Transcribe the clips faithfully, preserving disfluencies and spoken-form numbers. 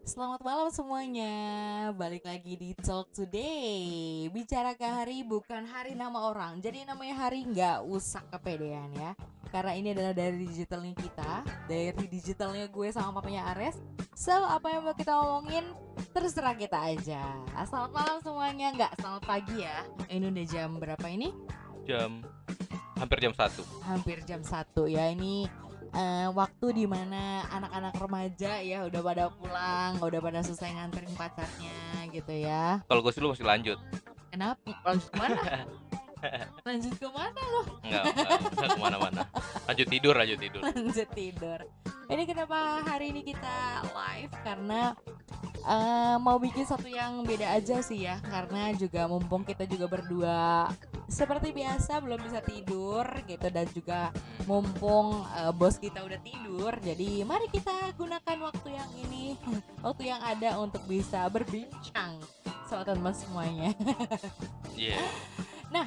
Selamat malam semuanya. Balik lagi di Talk Today. Bicara ke hari bukan hari nama orang. Jadi namanya hari nggak usah kepedean ya. Karena ini adalah dari digitalnya kita, dari digitalnya gue sama papanya Ares. So apa yang mau kita omongin terserah kita aja. Selamat malam semuanya. Nggak, selamat pagi ya. Ini udah jam berapa ini? Jam hampir jam satu. Hampir jam satu ya. Ini eh, waktu dimana anak-anak remaja ya udah pada pulang, udah pada selesai nganterin pacarnya gitu ya. Kalau gue sih lu masih lanjut. Kenapa? Lanjut kemana? Lanjut kemana loh? Enggak, enggak, enggak kemana-mana. Lanjut tidur, lanjut tidur. Lanjut tidur. Ini kenapa hari ini kita live? Karena eh, mau bikin satu yang beda aja sih ya. Karena juga mumpung kita juga berdua seperti biasa belum bisa tidur gitu, dan juga mumpung eh, bos kita udah tidur, jadi mari kita gunakan waktu yang ini, waktu yang ada untuk bisa berbincang soal teman semuanya. Iya. Nah,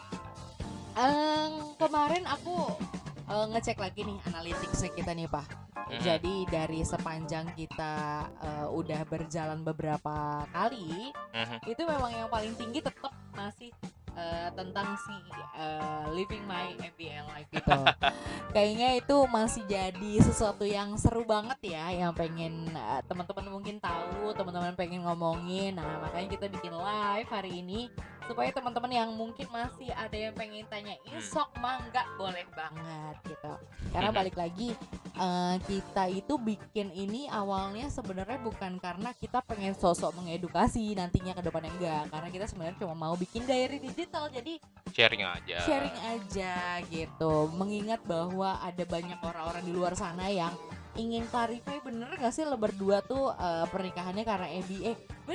em, kemarin aku eh, ngecek lagi nih analytics kita nih Pak. Mhm. Jadi dari sepanjang kita eh, udah berjalan beberapa kali, Mhm. itu memang yang paling tinggi tetap masih eh, tentang si eh, living my M B A life gitu. Kayaknya itu masih jadi sesuatu yang seru banget ya, yang pengen eh, teman-teman mungkin tahu, teman-teman pengen ngomongin. Nah, makanya kita bikin live hari ini supaya teman-teman yang mungkin masih ada yang pengen tanyain, sok mangga boleh banget gitu. Karena balik lagi, eh, kita itu bikin ini awalnya sebenarnya bukan karena kita pengen sosok mengedukasi nantinya ke depannya, enggak, karena kita sebenarnya cuma mau bikin diary digital, jadi Sharing aja. sharing aja gitu. Mengingat bahwa ada banyak orang-orang di luar sana yang ingin clarify, bener gak sih lo berdua tuh eh, pernikahannya karena M B A?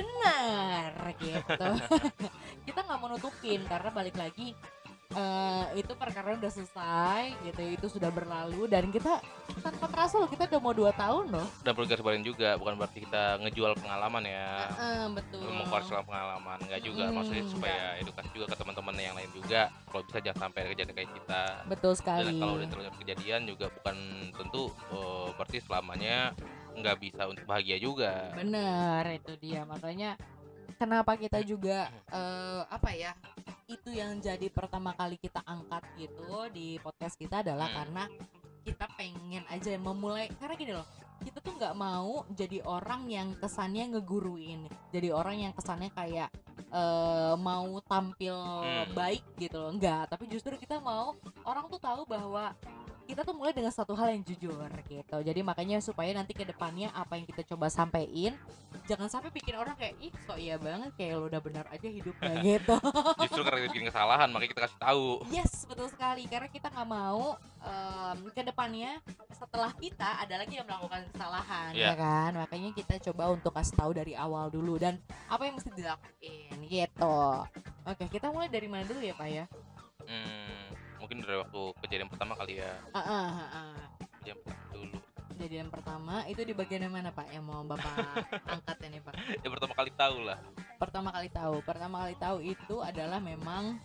Bener gitu. Kita nggak mau nutupin karena balik lagi, eh, itu perkara udah selesai gitu, itu sudah berlalu, dan kita tanpa terasa loh kita udah mau dua tahun loh. Dan perlu garis juga, bukan berarti kita ngejual pengalaman ya. Eh, betul. Mengkorsel pengalaman, enggak juga. Mm, Maksudnya supaya enggak. edukasi juga ke teman-teman yang lain juga. Kalau bisa jangan sampai kejadian kayak kita. Betul Dan sekali. kalau udah terjadi kejadian juga bukan tentu eh, berarti selamanya nggak bisa untuk bahagia juga. Bener, itu dia makanya kenapa kita juga eh, apa ya, itu yang jadi pertama kali kita angkat gitu di podcast kita adalah Hmm. karena kita pengen aja memulai, karena gini loh, kita tuh nggak mau jadi orang yang kesannya ngeguruin, jadi orang yang kesannya kayak eh, mau tampil Hmm. baik gitu loh, enggak, tapi justru kita mau orang tuh tahu bahwa kita tuh mulai dengan satu hal yang jujur gitu. Jadi makanya supaya nanti ke depannya apa yang kita coba sampein jangan sampai bikin orang kayak, ih so iya banget, kayak lo udah benar aja hidupnya gitu. Justru karena kita bikin kesalahan makanya kita kasih tahu. Yes, betul sekali, karena kita nggak mau em, ke depannya setelah kita ada lagi yang melakukan kesalahan, Iya. ya kan. Makanya kita coba untuk kasih tahu dari awal dulu dan apa yang mesti dilakuin gitu. Oke, kita mulai dari mana dulu ya Pak ya? Hmm, mungkin dari waktu kejadian pertama kali ya. Ah, ah, ah, ah. Kejadian pertama dulu. Kejadian pertama itu di bagian yang mana Pak yang mau Bapak angkat ini Pak? Ya pertama kali tahu lah. Pertama kali tahu, pertama kali tahu itu adalah memang,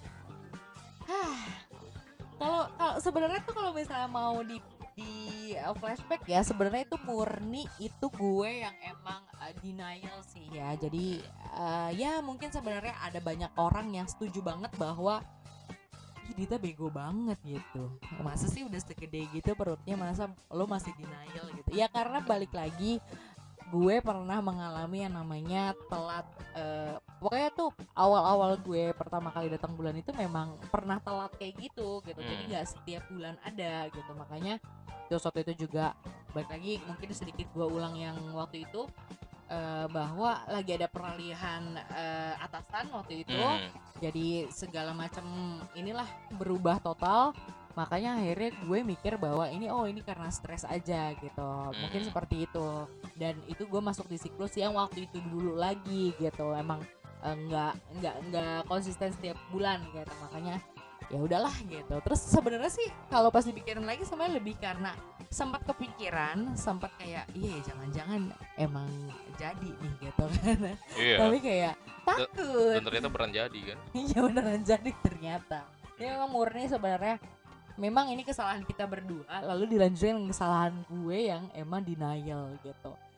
hah, kalau kalau sebenarnya tuh kalau misalnya mau di di uh, flashback ya, sebenarnya itu murni itu gue yang emang uh, denial sih ya. Jadi uh, ya mungkin sebenarnya ada banyak orang yang setuju banget bahwa "Ih, Dita bego banget gitu. Masa sih udah segede gitu perutnya, masa lo masih denial gitu." Ya karena balik lagi, gue pernah mengalami yang namanya telat, eh, pokoknya tuh awal-awal gue pertama kali datang bulan itu memang pernah telat kayak gitu gitu. Jadi Hmm. nggak setiap bulan ada gitu. Makanya terus waktu itu juga balik lagi mungkin sedikit gue ulang yang waktu itu, eh, bahwa lagi ada peralihan eh, atasan waktu itu. Hmm. Jadi segala macam inilah berubah total. Makanya akhirnya gue mikir bahwa ini, oh ini karena stres aja gitu, mungkin Hmm. seperti itu. Dan itu gue masuk di siklus yang waktu itu dulu lagi gitu, emang eh, nggak nggak nggak konsisten setiap bulan gitu. Makanya ya udahlah gitu. Terus sebenarnya sih kalau pas dipikirin lagi sebenarnya lebih karena sempat kepikiran, sempat kayak iya ya, jangan-jangan emang jadi nih gitu kan. Iya. Tapi kayak takut. Dan ternyata beneran jadi kan. Iya beneran jadi ternyata. Ini memang murni sebenarnya, memang ini kesalahan kita berdua, lalu dilanjutin dengan kesalahan gue yang emang denial gitu.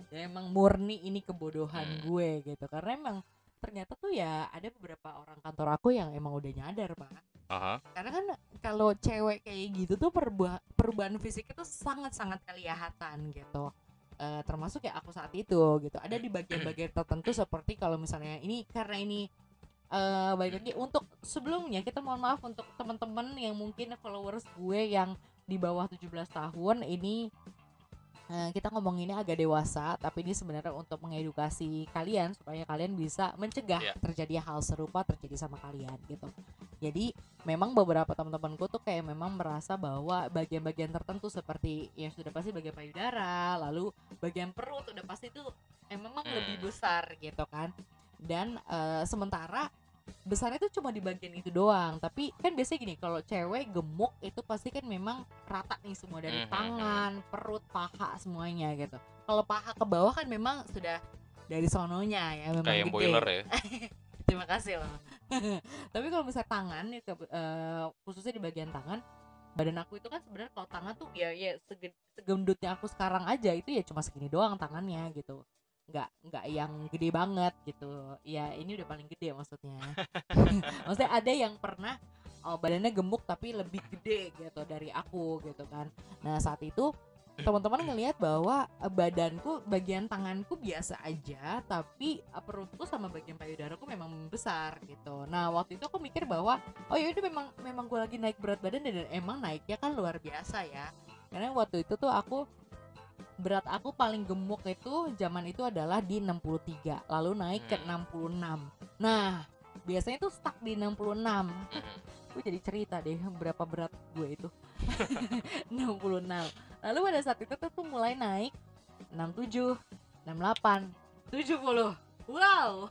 Ya emang murni ini kebodohan Hmm. gue gitu. Karena emang ternyata tuh ya ada beberapa orang kantor aku yang emang udah nyadar, Pak. Aha. Karena kan kalau cewek kayak gitu tuh perubahan perubahan fisik itu sangat-sangat kelihatan gitu. Eh, termasuk ya aku saat itu gitu. Ada di bagian-bagian tertentu seperti kalau misalnya ini karena ini eh balik lagi untuk sebelumnya kita mohon maaf untuk teman-teman yang mungkin followers gue yang di bawah tujuh belas tahun ini. Eh, kita ngomonginnya agak dewasa, tapi ini sebenarnya untuk mengedukasi kalian supaya kalian bisa mencegah Ya. terjadi hal serupa terjadi sama kalian gitu. Jadi memang beberapa teman-temanku tuh kayak memang merasa bahwa bagian-bagian tertentu seperti ya sudah pasti bagian payudara, lalu bagian perut udah pasti tuh eh, memang lebih Hmm. besar gitu kan. Dan eh, sementara besarnya tuh cuma di bagian itu doang. Tapi kan biasanya gini, kalau cewek gemuk itu pasti kan memang rata nih semua dari Mhm. tangan, perut, paha semuanya gitu. Kalau paha ke bawah kan memang sudah dari sononya ya memang Kayak yang gede. boiler ya. Terima kasih loh. Tapi kalau misalnya tangan nih ke- eh, khususnya di bagian tangan, badan aku itu kan sebenarnya kalau tangan tuh ya ya sege- segendutnya aku sekarang aja itu ya cuma segini doang tangannya gitu. Nggak nggak yang gede banget gitu. Ya ini udah paling gede maksudnya. Maksudnya ada yang pernah oh, badannya gemuk tapi lebih gede gitu dari aku gitu kan. Nah saat itu teman-teman ngelihat bahwa eh, badanku bagian tanganku biasa aja tapi eh, perutku sama bagian payudaraku memang besar gitu. Nah waktu itu aku mikir bahwa oh ya itu memang memang gue lagi naik berat badan dan emang naiknya kan luar biasa ya. Karena waktu itu tuh aku berat aku paling gemuk itu zaman itu adalah di enam puluh tiga lalu naik ke Hmm. enam puluh enam. Nah biasanya tuh stuck di enam puluh enam. Mhm. Gue jadi cerita deh berapa berat gue itu. enam puluh enam. Lalu pada saat itu tuh mulai naik enam puluh tujuh, enam puluh delapan, tujuh puluh. Wow.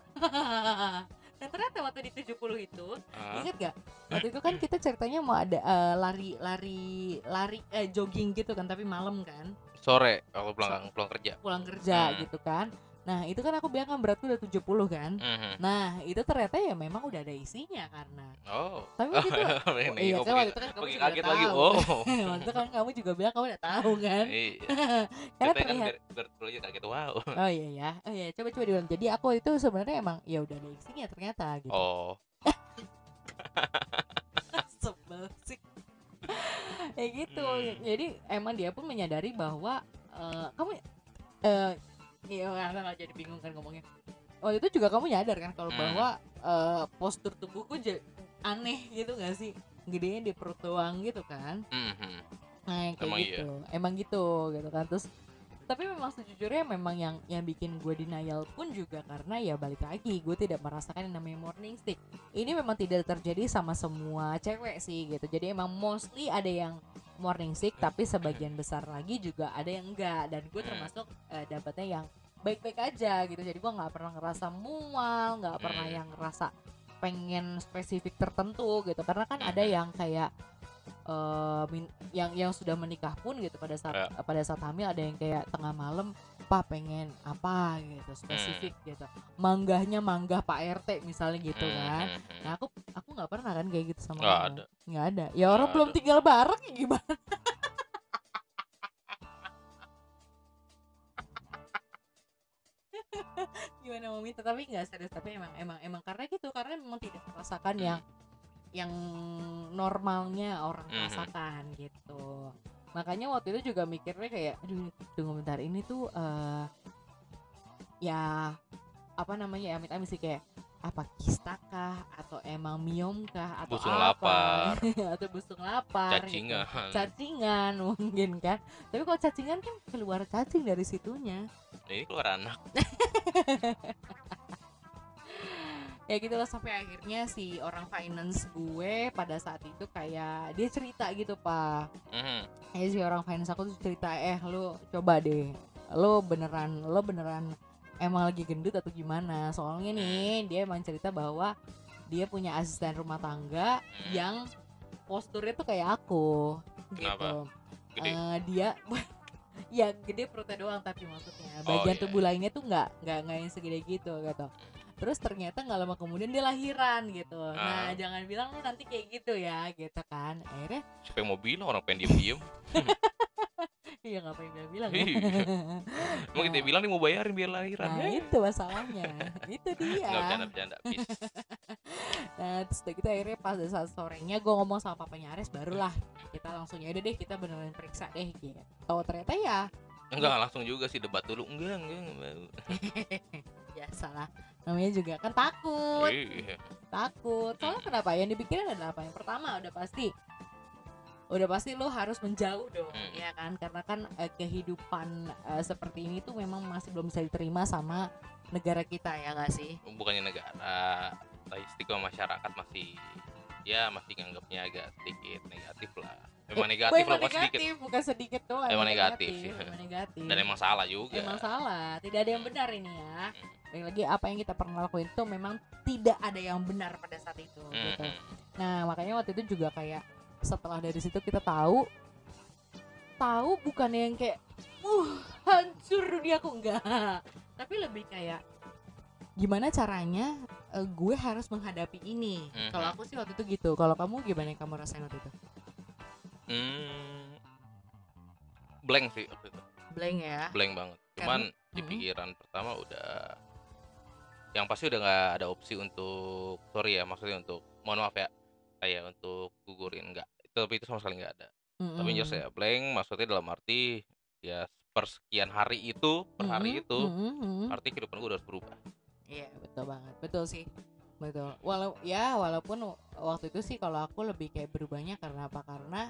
Dan ternyata waktu di tujuh puluh itu, Ah. ingat gak? Waktu itu kan kita ceritanya mau ada eh, lari lari lari eh jogging gitu kan tapi malam kan. Sore kalau So- pulang pulang kerja. pulang kerja Hmm. gitu kan. Nah itu kan aku bilang kan beratku udah tujuh puluh kan. Mhm. Nah itu ternyata ya memang udah ada isinya karena Oh. tapi waktu itu Ini iya oh, kan pakai waktu itu kan kamu pakai juga udah kaget lagi. tahu. Oh. Waktu itu kan kamu juga bilang kamu udah tahu kan. Iya. Karena Ceritanya kan terlihat biar biar dulu aja kaget. Wow. oh iya ya. Oh iya coba coba diulang. Jadi aku itu sebenarnya emang ya udah ada isinya ternyata gitu. Oh. Sebel sih. Kayak gitu. Hmm. Jadi emang dia pun menyadari bahwa eh, kamu eh iya nggak jadi bingung kan ngomongnya. Waktu itu juga kamu nyadar kan kalau Hmm. bahwa eh, postur tubuhku j- aneh gitu gak sih? Gedenya di perut doang gitu kan. Mhm. Nah yang kayak Emang iya. gitu. Emang gitu gitu kan. Terus tapi memang sejujurnya memang yang yang bikin gue denial pun juga karena ya balik lagi gue tidak merasakan yang namanya morning stick. Ini memang tidak terjadi sama semua cewek sih gitu. Jadi emang mostly ada yang morning stick tapi sebagian besar lagi juga ada yang enggak dan gue Hmm. termasuk eh, dapatnya yang baik-baik aja gitu. Jadi gue nggak pernah ngerasa mual, nggak pernah Hmm. yang ngerasa pengen spesifik tertentu gitu. Karena kan ada Mhm. yang kayak eh, min- yang yang sudah menikah pun gitu pada saat Ya. pada saat hamil ada yang kayak tengah malam pak pengen apa gitu spesifik gitu manggahnya manggah Pak R T misalnya gitu kan. Mhm. Nah aku aku nggak pernah kan kayak gitu sama Nggak kamu. ada. Nggak ada ya Nggak orang belum ada. tinggal bareng ya gimana. Gimana mau minta tapi nggak serius tapi emang emang emang karena gitu karena memang tidak merasakan yang yang normalnya orang Mhm. rasakan gitu. Makanya waktu itu juga mikirnya kayak aduh tunggu bentar ini tuh eh ya apa namanya ya amit-amit sih kayak apa kista kah atau emang miom kah atau Busung apa lapar. atau busung lapar gitu. Cacingan. Cacingan mungkin kan. Tapi kalau cacingan kan keluar cacing dari situnya. Ini keluar anak. Ya gitu loh sampai akhirnya si orang finance gue pada saat itu kayak dia cerita gitu pak. Mhm. Ya si orang finance aku tuh cerita eh lu coba deh lo beneran lo beneran emang lagi gendut atau gimana soalnya nih dia emang cerita bahwa dia punya asisten rumah tangga Hmm. yang posturnya tuh kayak aku Kenapa? gitu. Gede. Eh, dia ya gede perutnya doang tapi maksudnya Oh, bagian iya, tubuh iya. lainnya tuh nggak nggak nggak yang segede gitu gitu. Terus ternyata nggak lama kemudian dia lahiran gitu. Nah Ah. jangan bilang lu nanti kayak gitu ya gitu kan. Akhirnya Siapa yang mau bilang orang pengen diem-diem? Iya ngapain bilang-bilang ya. Iya. Emang kita Nah, bilang nih mau bayarin biaya lahiran. nah Eh. itu masalahnya. Itu Enggak dia. bercanda-bercanda, peace. Nah terus udah gitu akhirnya pas saat sorenya gue ngomong sama papanya Ares, barulah kita langsung ya udah deh kita beneran periksa deh gitu. Oh ternyata ya Enggak langsung juga sih, debat dulu. Enggak, enggak, enggak mau. biasalah, namanya juga kan takut Iya. takut soalnya kenapa yang dipikirin adalah apa, yang pertama udah pasti udah pasti lo harus menjauh dong, Hmm. ya kan, karena kan eh, kehidupan eh, seperti ini tuh memang masih belum bisa diterima sama negara kita, ya nggak sih? Bukannya negara, stigma masyarakat masih ya masih nganggapnya agak sedikit negatif lah. Memang Eh, negatif memang lah, bukan sedikit. negatif, bukan sedikit doang, Emang negatif sih. emang negatif. Dan emang salah juga. Emang salah, tidak ada yang benar ini ya. Hmm. Balik lagi apa yang kita pernah lakuin itu memang tidak ada yang benar pada saat itu, gitu. Hmm. Nah makanya waktu itu juga kayak setelah dari situ kita tahu tahu bukan yang kayak uh hancur duniaku, enggak, tapi lebih kayak gimana caranya eh, gue harus menghadapi ini. Mhm. Kalau aku sih waktu itu gitu. Kalau kamu gimana yang kamu rasain waktu itu? Hmm. Blank sih waktu itu. Blank ya. Blank banget. Cuman Karena- di Mhm. pikiran pertama udah yang pasti udah nggak ada opsi untuk sorry ya, maksudnya untuk mohon maaf ya, kayak untuk gugurin nggak. Itu tapi itu sama sekali nggak ada. Tapi Mm-mm. jelas ya blank, maksudnya dalam arti ya per sekian hari itu, per hari Mm-mm, itu, mm-mm, mm-mm. arti kehidupan gue udah harus berubah. Iya betul banget, betul sih, betul. Walau ya walaupun waktu itu sih kalau aku lebih kayak berubahnya karena apa, karena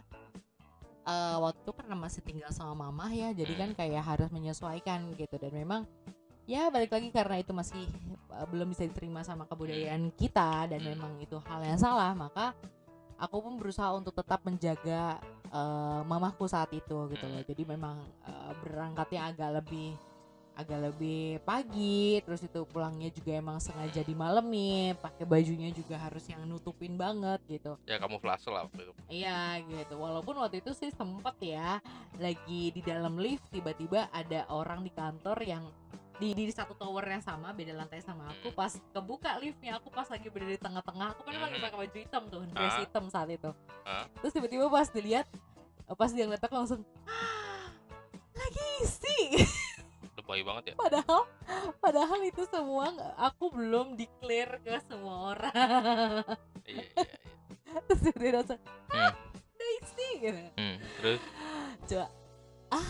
eh, waktu itu karena masih tinggal sama mama ya, jadi kan kayak harus menyesuaikan gitu, dan memang ya balik lagi karena itu masih uh, belum bisa diterima sama kebudayaan kita dan memang itu hal yang salah, maka aku pun berusaha untuk tetap menjaga uh, mamaku saat itu gitu loh. Jadi memang uh, berangkatnya agak lebih agak lebih pagi, terus itu pulangnya juga emang sengaja di malam nih, pakai bajunya juga harus yang nutupin banget gitu. Ya kamu flase lah waktu itu. Iya gitu, walaupun waktu itu sih sempet ya lagi di dalam lift tiba-tiba ada orang di kantor yang di, di satu tower yang sama, beda lantai sama aku. Pas kebuka liftnya, aku pas lagi berdiri di tengah-tengah, aku kan lagi pakai baju hitam tuh, dress Ah. hitam saat itu. Ah. Terus tiba-tiba pas dilihat, pas dia ngeliat aku langsung "Ah, lagi sih." Lebay banget ya. Padahal padahal itu semua nggak- aku belum declare ke semua orang. Iya, iya, iya. Terus dia langsung Hmm. Daisy gitu. Hmm. Terus Coba ah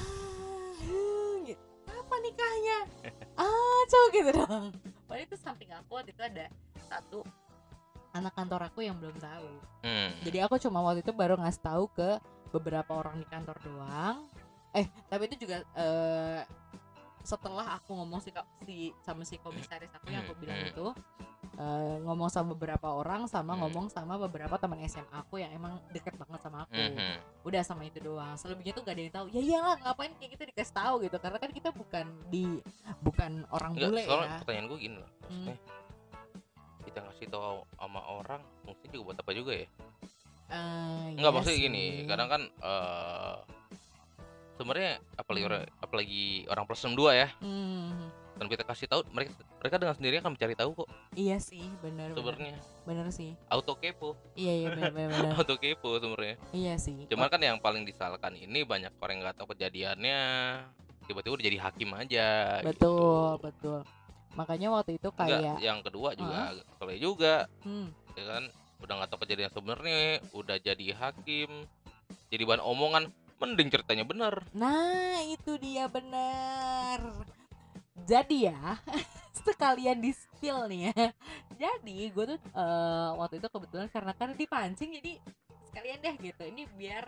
hmm, gitu. Kapan nikahnya? Ah coba gitu dong. Padahal itu samping aku waktu itu ada satu anak kantor aku yang belum tahu. hmm. Jadi aku cuma waktu itu baru ngasih tahu ke beberapa orang di kantor doang. Eh tapi itu juga eh, setelah aku ngomong si, si sama si komisaris aku yang aku bilang itu, uh, ngomong sama beberapa orang sama Hmm. ngomong sama beberapa teman S M A aku yang emang deket banget sama aku. Mhm. Udah sama itu doang. Selebihnya tuh gak ada yang tahu. Ya iyalah ngapain kayak gitu dikasih tahu gitu, karena kan kita bukan di bukan orang Enggak, bule soalnya ya. pertanyaan gue gini loh, maksudnya kita ngasih tahu sama orang mungkin juga buat apa juga ya? Uh, Enggak, iya maksudnya sih. gini, kadang kan eh sebenarnya apalagi Hmm. orang apalagi orang plus enam dua ya, Hmm, dan kita kasih tahu mereka mereka dengan sendirinya akan mencari tahu kok iya sih, benar benar. sebenarnya. Benar sih. Auto kepo, Iya iya benar benar. benar. auto kepo sebenarnya. Iya sih. Cuman kan yang paling disalahkan ini banyak orang yang nggak tahu kejadiannya, tiba-tiba udah jadi hakim aja. Betul, gitu. betul. Makanya waktu itu Enggak, kayak yang kedua juga Hah? agak soleh juga, hmm, ya kan? Udah nggak tahu kejadian sebenarnya, udah jadi hakim, jadi bahan omongan. Mending ceritanya benar. nah itu dia bener. Jadi ya sekalian di spill nih ya. Jadi gue tuh eh, waktu itu kebetulan karena karena dipancing, jadi sekalian deh gitu. Ini biar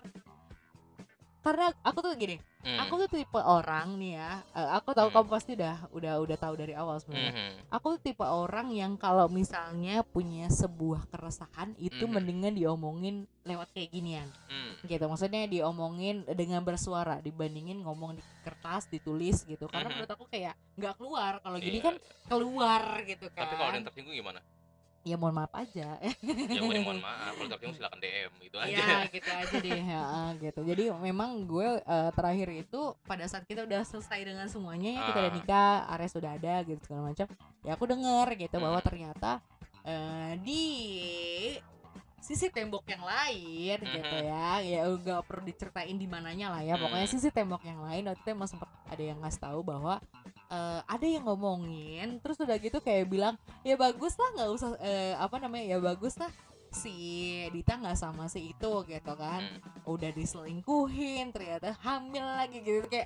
karena aku tuh gini, Hmm. aku tuh tipe orang nih ya. eh, aku tahu Hmm. kamu pasti udah udah udah tahu dari awal sebenarnya. Mhm. Aku tuh tipe orang yang kalau misalnya punya sebuah keresahan itu Mhm. mendingan diomongin lewat kayak ginian. Hmm. Gitu, maksudnya diomongin dengan bersuara dibandingin ngomong di kertas ditulis gitu, karena Mhm. menurut aku kayak nggak keluar kalau gini Iya. kan keluar gitu kan. Tapi kalau ada yang tersinggung gimana? Ya mohon maaf aja. Ya gue mohon maaf, kalau tersinggung silakan D M gitu aja. Ya gitu aja deh ya, gitu. Jadi memang gue eh, terakhir itu pada saat kita udah selesai dengan semuanya ya, kita udah Ah. nikah, Ares udah ada gitu segala macam, ya aku denger gitu bahwa Hmm. ternyata eh, di sisi tembok yang lain gitu ya, ya nggak perlu diceritain di mananya lah ya, pokoknya Hmm. sisi tembok yang lain waktu itu emang sempet ada yang ngasih tahu bahwa eh, ada yang ngomongin, terus udah gitu kayak bilang ya bagus lah nggak usah eh, apa namanya ya bagus lah si Dita nggak sama si itu gitu kan, Hmm. udah diselingkuhin ternyata hamil lagi gitu kayak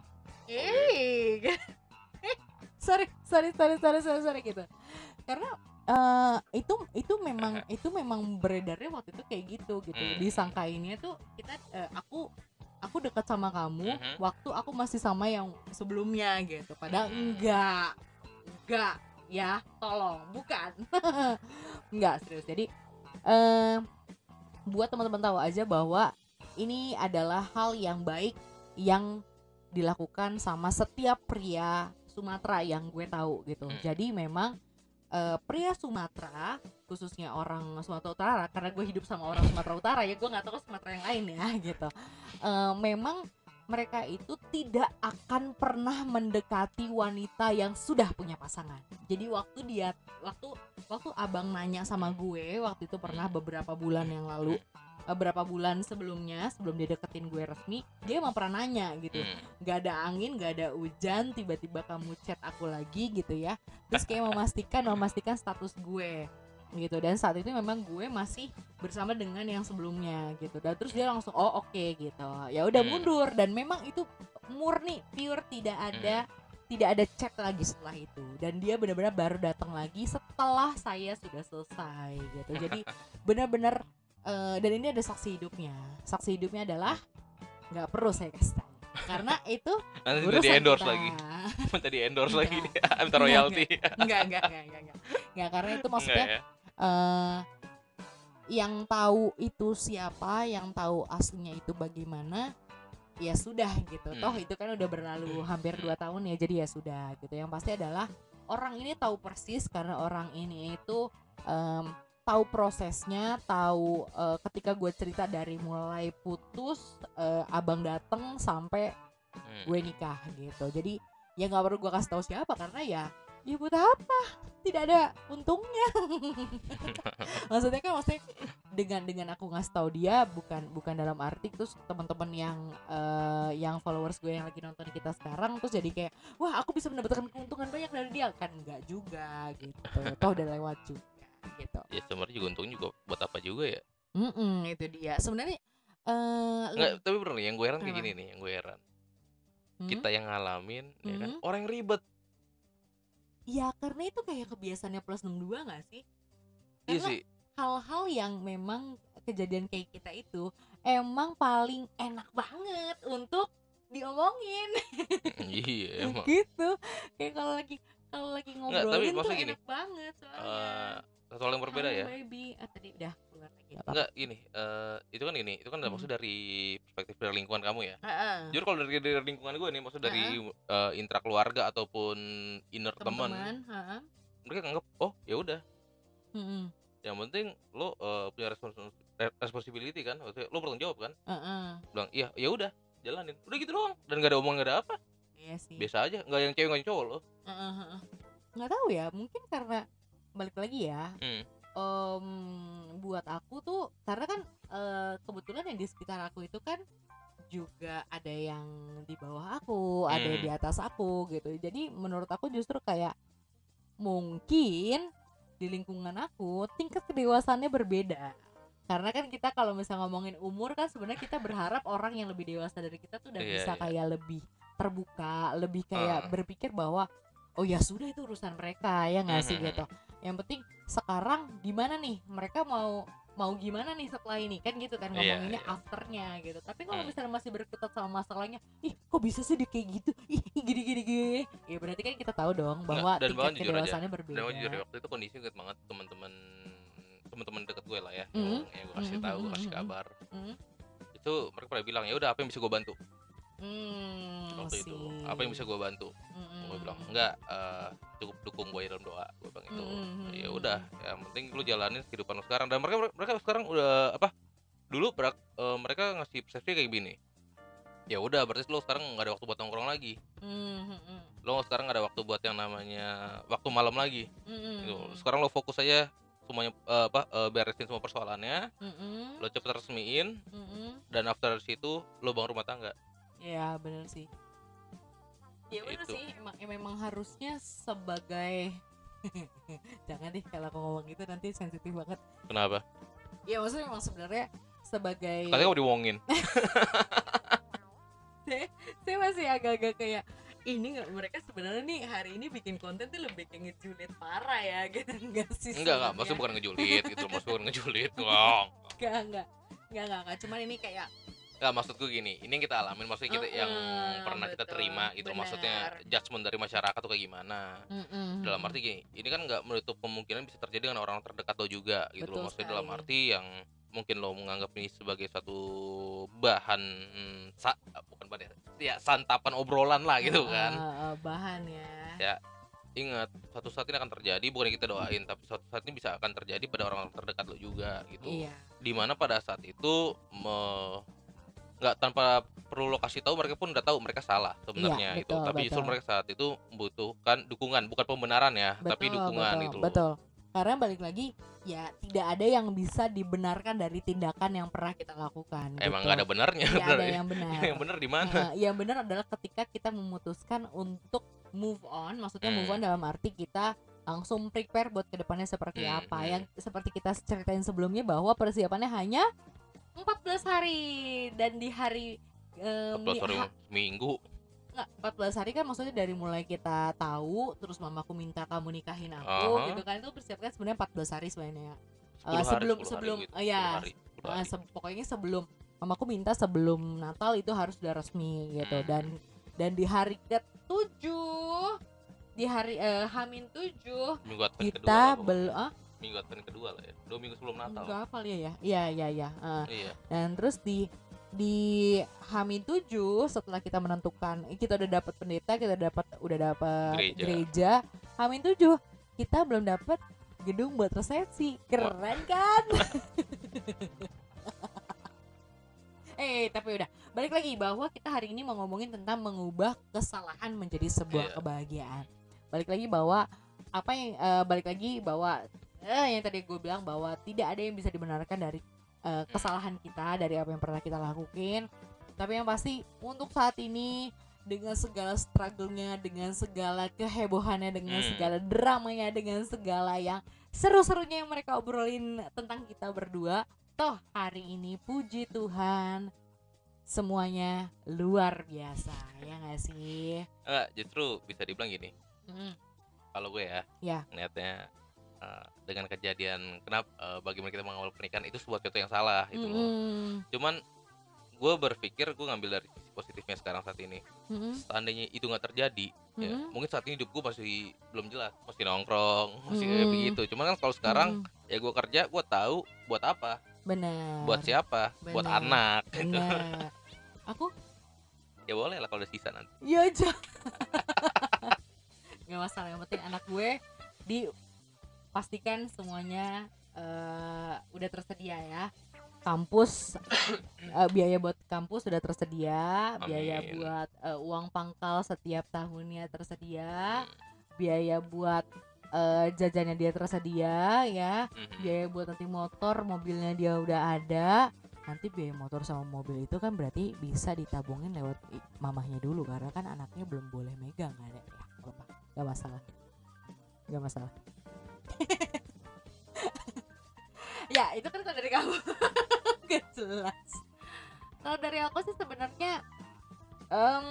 Oke. eh sorry sorry sorry sorry sorry sorry gitu karena eh itu itu memang itu memang beredarnya waktu itu kayak gitu gitu Hmm. disangkainnya tuh kita eh, aku aku dekat sama kamu Mhm. waktu aku masih sama yang sebelumnya gitu padahal Hmm. enggak enggak ya tolong bukan enggak serius jadi eh buat teman-teman tahu aja bahwa ini adalah hal yang baik yang dilakukan sama setiap pria Sumatera yang gue tahu gitu. Hmm. Jadi memang eh, pria Sumatera khususnya orang Sumatera Utara karena gue hidup sama orang Sumatera Utara ya gue nggak tahu Sumatera yang lain ya gitu. Eh, memang mereka itu tidak akan pernah mendekati wanita yang sudah punya pasangan. Jadi waktu dia waktu waktu abang nanya sama gue waktu itu pernah beberapa bulan yang lalu beberapa bulan sebelumnya sebelum dia deketin gue resmi dia emang pernah nanya gitu Hmm. nggak ada angin nggak ada hujan tiba-tiba kamu chat aku lagi gitu ya terus kayak memastikan memastikan status gue gitu dan saat itu memang gue masih bersama dengan yang sebelumnya gitu dan terus dia langsung oh oke okay, gitu ya udah Hmm. mundur dan memang itu murni pure tidak ada tidak ada chat lagi setelah itu dan dia benar-benar baru datang lagi setelah saya sudah selesai gitu jadi benar-benar uh, dan ini ada saksi hidupnya saksi hidupnya adalah nggak perlu saya kasih tahu karena itu Nanti urusan di endorse kita. lagi minta di endorse lagi Enggak. minta royalti enggak enggak enggak enggak enggak enggak karena itu maksudnya enggak ya? uh, yang tahu itu siapa yang tahu aslinya itu bagaimana ya sudah gitu Hmm. toh itu kan udah berlalu hampir dua tahun ya jadi ya sudah gitu yang pasti adalah orang ini tahu persis karena orang ini itu um, tahu prosesnya tahu uh, ketika gue cerita dari mulai putus uh, abang dateng sampai Hmm. gue nikah gitu jadi ya nggak perlu gue kasih tahu siapa karena ya ya buat apa tidak ada untungnya maksudnya kan maksudnya dengan dengan aku ngasih tahu dia bukan bukan dalam arti terus teman-teman yang uh, yang followers gue yang lagi nonton kita sekarang terus jadi kayak wah aku bisa mendapatkan keuntungan banyak dari dia kan enggak juga gitu toh udah lewat juga gitu ya sebenarnya juga untungnya juga buat apa juga ya. Mm-mm, itu dia sebenarnya uh, nggak tapi bener nih yang gue heran kayak apa? gini nih yang gue heran Hmm? kita yang ngalamin hmm? ya kan Hmm? orang yang ribet ya karena itu kayak kebiasaannya plus enam puluh dua nggak sih iya karena sih hal-hal yang memang kejadian kayak kita itu emang paling enak banget untuk diomongin iya emang gitu kayak kalau lagi kalau lagi nggak tapi ngobrolin tuh maksudnya gini enak banget soalnya uh, satu hal yang berbeda halo ya baby ah tadi udah keluar lagi apa nggak gini uh, itu kan gini itu kan Hmm. maksud dari perspektif dari lingkungan kamu ya. Ha-ha. Jujur kalau dari, dari lingkungan gue nih maksud dari Ha-ha. uh, intra keluarga ataupun inner teman teman-teman ha-ha. mereka nganggap oh ya udah Mm-mm. yang penting lo uh, punya respons- responsibility kan maksudnya lo bertanggung jawab kan Ha-ha. bilang iya ya udah jalanin udah gitu doang dan nggak ada omongan nggak ada apa Iya sih biasa aja nggak yang cewek nggak yang cowok lo. Ha-ha, ha-ha. nggak tahu ya mungkin karena balik lagi ya hmm. um, buat aku tuh karena kan uh, kebetulan yang di sekitar aku itu kan juga ada yang di bawah aku, ada yang di Hmm. atas aku gitu. Jadi menurut aku justru kayak mungkin di lingkungan aku tingkat kedewasaannya berbeda. Karena kan kita kalau misalnya ngomongin umur kan sebenarnya kita berharap orang yang lebih dewasa dari kita tuh udah Iya, bisa iya. kayak lebih terbuka, lebih kayak Ah. berpikir bahwa oh ya sudah itu urusan mereka ya nggak sih Mhm. gitu. Yang penting sekarang gimana nih mereka mau mau gimana nih setelah ini kan gitu kan Iya, ngomonginnya iya. afternya gitu. Tapi kalau Hmm. misalnya masih berkutat sama masalahnya, ih kok bisa sih dia kayak gitu, ih gini gini gini, ya berarti kan kita tahu dong bahwa Nggak, dan tingkat bahkan jujur aja kedewasaannya berbeda. dan bahkan jujur ya, waktu itu kondisi inget banget teman-teman teman-teman deket gue lah ya Mhm. yang yang gue kasih Mhm, tahu mhm, kasih mhm. kabar Mhm. itu mereka pada bilang ya udah apa yang bisa gue bantu Hmm, waktu itu sih. apa yang bisa gue bantu Mm-mm. gue bilang enggak eh, cukup dukung gue dalam doa gue bilang itu Mm-mm. ya udah yang penting lu jalanin kehidupan lu sekarang dan mereka mereka sekarang udah apa dulu berak, eh, mereka ngasih persepsi kayak gini ya udah berarti lu sekarang nggak ada waktu buat nongkrong lagi Mm-mm. lo sekarang nggak ada waktu buat yang namanya waktu malam lagi Mm-mm. gitu. Sekarang lo fokus aja semuanya, eee, apa, eee, beresin semua persoalannya, Mhm. lo cepet resmiin, Mhm. dan after situ lo bangun rumah tangga. Iya, bener sih. Iya bener Itu. sih, emang ya memang harusnya sebagai jangan deh kalau aku ngomong gitu nanti sensitif banget. Kenapa? Ya maksudnya memang sebenarnya sebagai Katanya mau diomongin. saya, saya masih agak-agak kayak ini nggak, mereka sebenarnya nih hari ini bikin konten tuh lebih kayak ngejulit parah ya gitu, enggak sih Enggak enggak, sebenarnya. maksudnya bukan ngejulit gitu, maksudnya bukan ngejulit. Wong. Enggak, enggak. Enggak, enggak, enggak. Cuman ini kayak Enggak, maksudku gini, ini yang kita alamin, maksudnya kita yang Heeh, pernah kita betul, terima gitu, maksudnya benar. judgement dari masyarakat tuh kayak gimana. Mhm, Dalam mhm. arti gini, ini kan nggak menutup kemungkinan bisa terjadi dengan orang terdekat lo juga gitu loh. Betul Maksudnya dalam sekali. arti yang mungkin lo menganggap ini sebagai satu bahan, mmm, sa bukan bahan ya, santapan obrolan lah gitu Heeh, kan. heeh, bahan ya. Ya, ingat suatu saat ini akan terjadi, bukan yang kita doain, tapi suatu saat ini bisa akan terjadi pada orang-orang terdekat lo juga gitu. Iya. Di mana pada saat itu me nggak tanpa perlu lo kasih tahu, mereka pun udah tahu mereka salah Iya, sebenarnya gitu. betul, Tapi justru betul. mereka saat itu membutuhkan dukungan, bukan pembenaran ya, tapi Betul, dukungan betul, gitu loh. betul. Karena balik lagi ya tidak ada yang bisa dibenarkan dari tindakan yang pernah kita lakukan Emang gitu. nggak ada benernya Tidak ada berarti. yang benar. Yang bener di mana? Heeh, yang benar adalah ketika kita memutuskan untuk move on, maksudnya move on Hmm. dalam arti kita langsung prepare buat kedepannya seperti Hmm, apa. hmm. Yang seperti kita ceritain sebelumnya bahwa persiapannya hanya empat belas hari, dan di hari em, empat belas di hari ha- seminggu. Nggak, empat belas hari kan maksudnya dari mulai kita tahu terus mamaku minta kamu nikahin aku Aha. gitu kan, itu persiapan sebenarnya empat belas hari sebenarnya. Eh, sepuluh hari, sebelum sepuluh hari sebelum gitu. eh, ya sepuluh hari, sepuluh eh, hari. se- pokoknya sebelum mamaku minta sebelum Natal itu harus sudah resmi gitu. Hmm. dan dan di hari ketujuh, di hari eh, Hamin tujuh Minggu Advent kedua kita lah pokoknya. belum ah Minggu Advent kedua lah ya. Dua minggu sebelum Natal. enggak apa ya ya iya iya iya eh, Iya. dan terus di di Hamin tujuh setelah kita menentukan eh, kita udah dapat pendeta, kita dapat udah dapat Gereja. gereja, Hamin tujuh kita belum dapat gedung buat resepsi. Keren kan? eh tapi udah balik lagi bahwa kita hari ini mau ngomongin tentang mengubah kesalahan menjadi sebuah Iya. kebahagiaan. Balik lagi bahwa apa yang eh, balik lagi bahwa eh, yang tadi gue bilang bahwa tidak ada yang bisa dibenarkan dari eh, kesalahan kita, dari apa yang pernah kita lakuin. Tapi yang pasti untuk saat ini dengan segala struggle-nya, dengan segala kehebohannya, dengan Hmm. segala dramanya, dengan segala yang seru-serunya yang mereka obrolin tentang kita berdua, toh hari ini puji Tuhan semuanya luar biasa, ya nggak sih? Enggak, justru bisa dibilang gini. Mm, Kalau gue ya, ya, ngeliatnya eh, dengan kejadian kenapa eh, bagaimana kita mengawal pernikahan itu sebuah contoh yang salah gitu loh. mm-mm, Cuman gue berpikir, gue ngambil dari sisi positifnya sekarang saat ini. mm-mm, Seandainya itu nggak terjadi, ya mm-mm, mungkin saat ini hidup gue masih belum jelas, masih nongkrong, masih kayak Mm-mm. begitu. Cuman kan kalau sekarang mm-mm. ya gue kerja, gue tahu buat apa, Benar. buat siapa, buat Benar. anak. Gitu. Benar. Aku Ya boleh lah kalau udah sisa nanti. ya aja. Gak masalah, yang penting anak gue dipastikan semuanya eh, udah tersedia ya. Kampus eh, biaya buat kampus sudah tersedia, biaya Amin. buat eh, uang pangkal setiap tahunnya tersedia, Hmm. biaya buat eh, jajannya dia tersedia ya, Mhm. biaya buat nanti motor mobilnya dia udah ada. Nanti biaya motor sama mobil itu kan berarti bisa ditabungin lewat i- mamahnya dulu, karena kan anaknya belum boleh megang, ada ya, nggak apa, nggak masalah, nggak masalah. Ya itu kan kalau dari kamu gak jelas. Kalau dari aku sih sebenarnya em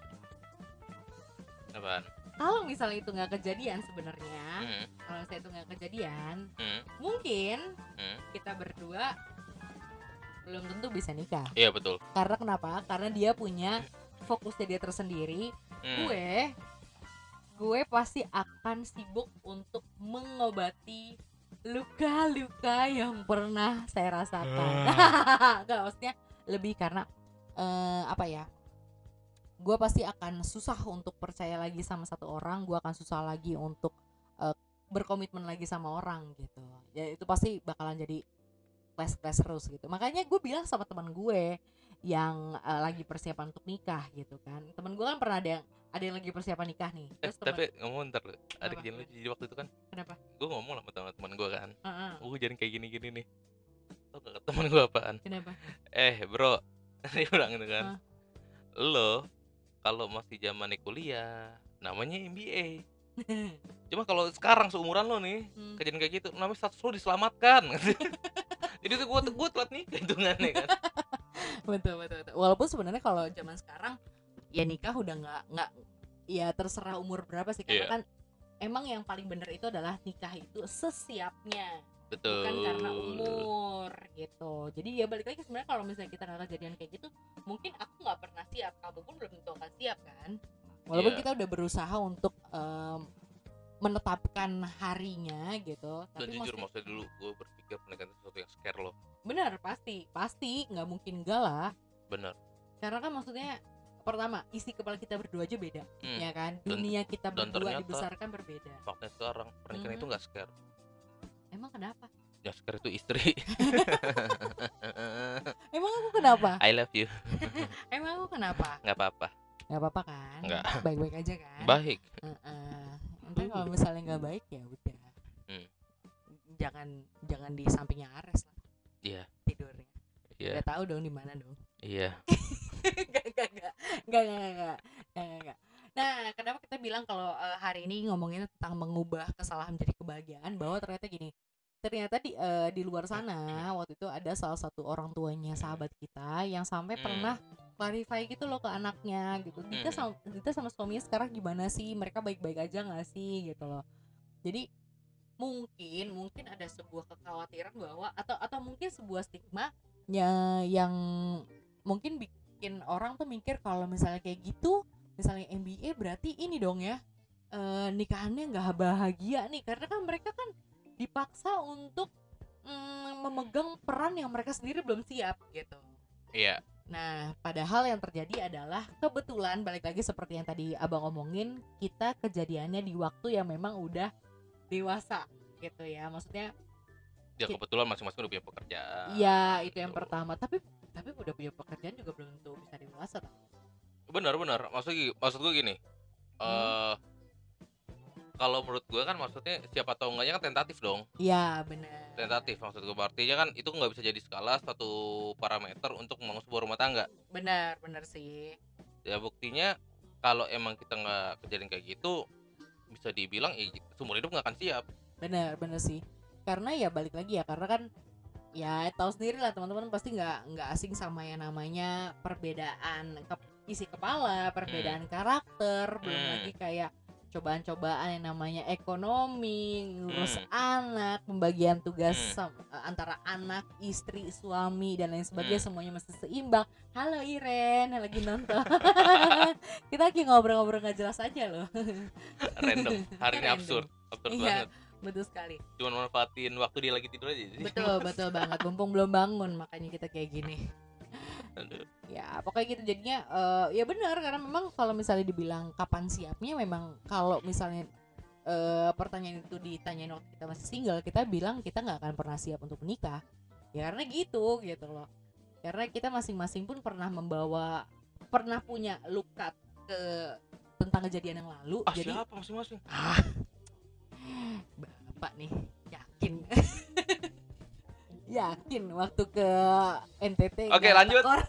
Apaan? kalau misalnya itu nggak kejadian sebenarnya, Hmm. kalau misalnya itu nggak kejadian, Hmm. mungkin Hmm. kita berdua belum tentu bisa nikah. Iya betul. Karena kenapa? Karena dia punya fokusnya dia tersendiri. Hmm. Gue, gue pasti akan sibuk untuk mengobati luka-luka yang pernah saya rasakan. Enggak, maksudnya lebih karena eh, apa ya? Gue pasti akan susah untuk percaya lagi sama satu orang. Gue akan susah lagi untuk eh, berkomitmen lagi sama orang gitu. Ya itu pasti bakalan jadi clash-clash terus gitu. Makanya gue bilang sama teman gue yang uh, lagi persiapan untuk nikah gitu kan. Temen gue kan pernah ada yang ada yang lagi persiapan nikah nih. Eh, Terus temen, tapi ngomong ntar ada Kenapa? kejadian lucu jadi waktu itu kan. Kenapa? Gue ngomong lah sama teman gue kan. Uh-uh. Uh jangan kayak gini-gini nih. Tau gak teman gue apaan? Kenapa? Eh bro, dia bilang gitu kan. Huh? Lo kalau masih zaman kuliah namanya M B A. Cuma kalau sekarang seumuran lo nih Hmm. kejadian kayak gitu namanya status lo diselamatkan. Jadi tuh gue gue telat nikah hitungannya kan. betul betul betul. Walaupun sebenarnya kalau zaman sekarang ya nikah udah nggak nggak ya terserah umur berapa sih, karena Iya. kan emang yang paling bener itu adalah nikah itu sesiapnya, Betul. bukan karena umur gitu. Jadi ya balik lagi sebenarnya kalau misalnya kita nggak kejadian kayak gitu, mungkin aku nggak pernah siap, kamu pun belum tentu akan siap kan. Walaupun Iya. kita udah berusaha untuk em, menetapkan harinya gitu, Dan tapi jujur maksudnya maksudnya dulu gue berpikir pernikahan itu sesuatu yang scare lo. bener pasti pasti nggak mungkin enggak lah. Bener. Karena kan maksudnya pertama isi kepala kita berdua aja beda, Hmm. ya kan? Dan- Dunia kita dan berdua ternyata- dibesarkan berbeda. Faktanya sekarang pernikahan Mhm. itu nggak scare. Emang kenapa? Yang scare itu istri. Emang aku kenapa? I love you. Emang aku kenapa? Nggak apa-apa. Gak apa-apa kan? Nggak. Baik-baik aja kan? Baik. Heeh. Entar kalau misalnya nggak baik ya udah. Hmm. Jangan jangan di sampingnya Ares lah Iya. tidurnya. Iya. Udah tahu dong di mana dong. Iya. Gak, gak, gak, gak, gak, gak, gak, gak. Nah, kenapa kita bilang kalau uh, hari ini ngomongin tentang mengubah kesalahan menjadi kebahagiaan, bahwa ternyata gini, ternyata di uh, di luar sana waktu itu ada salah satu orang tuanya sahabat kita yang sampai Hmm. pernah clarify gitu loh ke anaknya gitu. Dita Hmm. sama Dita sama suaminya sekarang gimana sih? Mereka baik-baik aja nggak sih gitu loh. Jadi mungkin mungkin ada sebuah kekhawatiran bahwa atau atau mungkin sebuah stigma ya yang mungkin bikin orang tuh mikir kalau misalnya kayak gitu, misalnya M B A berarti ini dong ya, eh, nikahannya nggak bahagia nih, karena kan mereka kan dipaksa untuk mm, memegang peran yang mereka sendiri belum siap gitu. Iya. Nah, padahal yang terjadi adalah kebetulan balik lagi seperti yang tadi abang omongin, kita kejadiannya di waktu yang memang udah dewasa gitu ya, maksudnya Ya kebetulan masing-masing udah punya pekerjaan. ya itu yang gitu. pertama. Tapi tapi udah punya pekerjaan juga belum tentu bisa dewasa tau. Benar benar. Maksud gi- maksud gue gini. Eh kalau menurut gue kan maksudnya siapa tahu enggaknya kan tentatif dong. Iya benar. Tentatif maksud gue artinya kan itu nggak bisa jadi skala satu parameter untuk membangun sebuah rumah tangga. Benar benar sih. Ya buktinya kalau emang kita nggak kejadian kayak gitu bisa dibilang ya seumur hidup nggak akan siap. Benar benar sih. Karena ya balik lagi ya, karena kan ya tahu sendiri lah teman-teman pasti nggak nggak asing sama yang namanya perbedaan ke- isi kepala, perbedaan karakter, belum Hmm. lagi kayak cobaan-cobaan yang namanya ekonomi, ngurus Hmm. anak, pembagian tugas Hmm. sam- antara anak, istri, suami dan lain sebagainya, Hmm. semuanya mesti seimbang. Halo Iren, yang lagi nonton. Kita lagi ngobrol-ngobrol nggak jelas aja loh. Random. Hari ini Random. absurd. Absurd Iya, banget. betul sekali. Cuma manfaatin waktu dia lagi tidur aja. Jadi. Betul, betul banget. Mumpung belum bangun, makanya kita kayak gini. Aduh. Ya, pokoknya gitu jadinya. eh, ya benar, karena memang kalau misalnya dibilang kapan siapnya, memang kalau misalnya eh, pertanyaan itu ditanyain waktu kita masih single, kita bilang kita nggak akan pernah siap untuk menikah. Ya karena gitu, gitu loh. Karena kita masing-masing pun pernah membawa, pernah punya luka ke tentang kejadian yang lalu. Ah Jadi siapa masing-masing? Bapak nih yakin yakin waktu ke N T T Oke, nggak lanjut. tekor.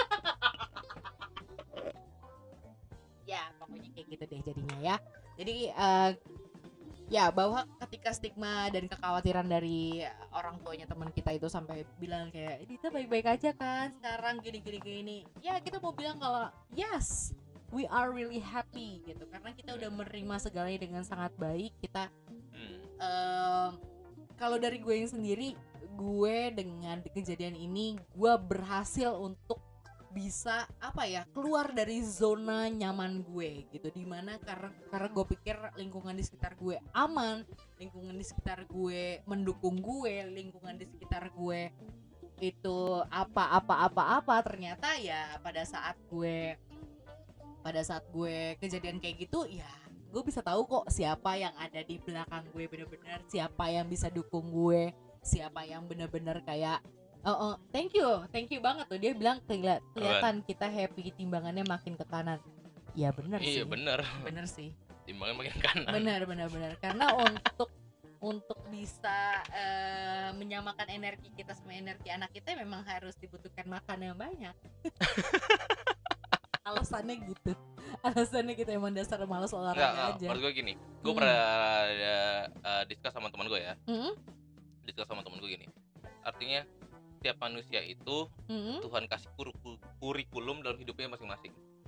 Ya pokoknya kayak gitu deh jadinya ya. Jadi eh, ya bahwa ketika stigma dan kekhawatiran dari orang tuanya teman kita itu sampai bilang kayak Dita baik-baik aja kan sekarang gini gini gini, ya kita mau bilang kalau yes we are really happy gitu, karena kita udah menerima segalanya dengan sangat baik. Kita Hmm. Ehm, kalau dari gue yang sendiri, gue dengan kejadian ini gue berhasil untuk bisa apa ya keluar dari zona nyaman gue gitu, dimana karena karena gue pikir lingkungan di sekitar gue aman, lingkungan di sekitar gue mendukung gue, lingkungan di sekitar gue itu apa apa apa apa ternyata ya pada saat gue pada saat gue kejadian kayak gitu ya gue bisa tahu kok siapa yang ada di belakang gue bener-bener, siapa yang bisa dukung gue, siapa yang bener-bener kayak Oh, oh, thank you, thank you banget tuh. Dia bilang keli- Apaan? kelihatan kita happy, timbangannya makin ke kanan. Ya benar Iya sih, bener, bener sih, timbangan makin kanan. benar benar benar. Karena untuk untuk bisa eh, menyamakan energi kita sama energi anak kita memang harus dibutuhkan makan yang banyak. Alasannya gitu, alasannya kita emang dasar malas Enggak, olahraga enggak, aja. maksud gue gini, gue Mm-mm. pernah ada uh, discuss sama teman gue ya, Mm-mm. discuss sama teman gue gini, artinya tiap manusia itu Mm-mm. Tuhan kasih kuriku- kurikulum dalam hidupnya masing-masing.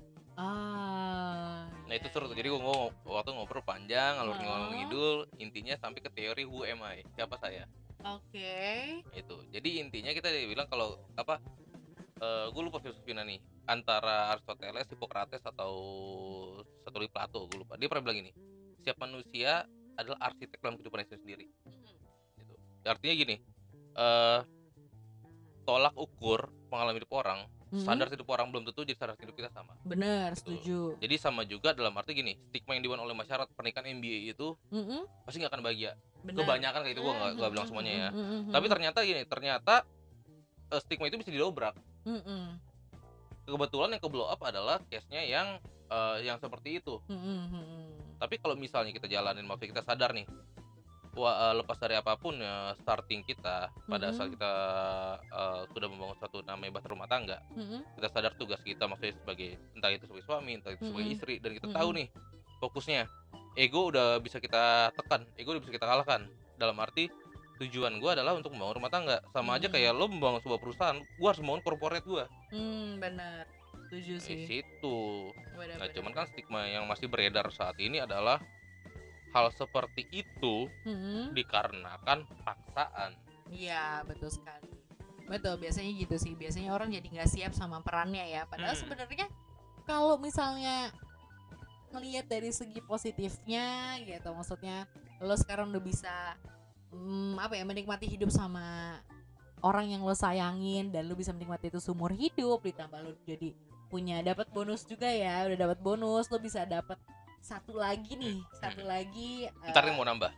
Ah, Nah itu iya, seru tuh, iya. jadi gue ngomong, waktu ngobrol panjang, ngalur Oh. ngomong ngidul, intinya sampai ke teori who am I, siapa saya. Oke. Itu, jadi intinya kita bilang kalau apa, uh, gue lupa filosofinya nih, antara Aristoteles, Hippocrates atau satu lagi Plato, gue lupa. Dia pernah bilang gini, setiap manusia adalah arsitek dalam kehidupannya sendiri. Gitu. Artinya gini, uh, tolak ukur pengalaman hidup orang, Mm-mm. standar hidup orang belum tentu jadi standar hidup kita sama. Bener, Gitu. setuju. Jadi sama juga dalam arti gini, stigma yang dibangun oleh masyarakat pernikahan M B A itu Mm-mm. pasti nggak akan bahagia. Bener. Kebanyakan kayak itu, gue nggak nggak bilang Mm-mm. semuanya ya. Mm-mm. Tapi ternyata gini, ternyata uh, stigma itu bisa didobrak. Mm-mm. Kebetulan yang ke blow up adalah case-nya yang uh, yang seperti itu. Mm-mm. Tapi kalau misalnya kita jalanin, maksudnya kita sadar nih, wah, uh, lepas dari apapun ya starting kita pada Mm-mm. saat kita uh, sudah membangun suatu namanya bahtera rumah tangga, Mm-mm. kita sadar tugas kita maksudnya sebagai, entah itu sebagai suami, entah itu sebagai Mm-mm. istri, dan kita Mm-mm. tahu nih fokusnya, ego udah bisa kita tekan, ego udah bisa kita kalahkan. Dalam arti tujuan gue adalah untuk membangun rumah tangga, sama aja Mm-mm. kayak lo membangun sebuah perusahaan, gue harus membangun corporate gue. Hmm, benar. Setuju Di sih. situ. Benar, Nah benar. cuman kan stigma yang masih beredar saat ini adalah hal seperti itu Mm-mm. dikarenakan paksaan. Iya, betul sekali. Betul, biasanya gitu sih. Biasanya orang jadi nggak siap sama perannya ya. Padahal Hmm. sebenarnya kalau misalnya ngelihat dari segi positifnya gitu, maksudnya lo sekarang udah bisa hmm, apa ya, menikmati hidup sama orang yang lo sayangin, dan lo bisa menikmati itu seumur hidup, ditambah lo jadi punya dapat bonus juga ya, udah dapat bonus, lo bisa dapat satu lagi nih, satu Hmm. lagi. Ntar eh, nih mau nambah.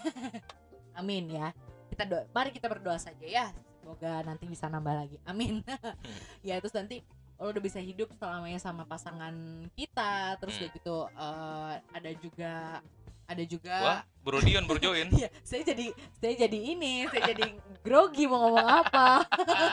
Amin ya. Kita doa, mari kita berdoa saja ya. Semoga nanti bisa nambah lagi. Amin. Ya terus nanti lo udah bisa hidup selamanya sama pasangan kita. Terus Hmm. udah gitu eh, ada juga ada juga Wah, Bro Dion, Bro Join. Iya, saya jadi saya jadi ini, saya jadi grogi mau ngomong apa.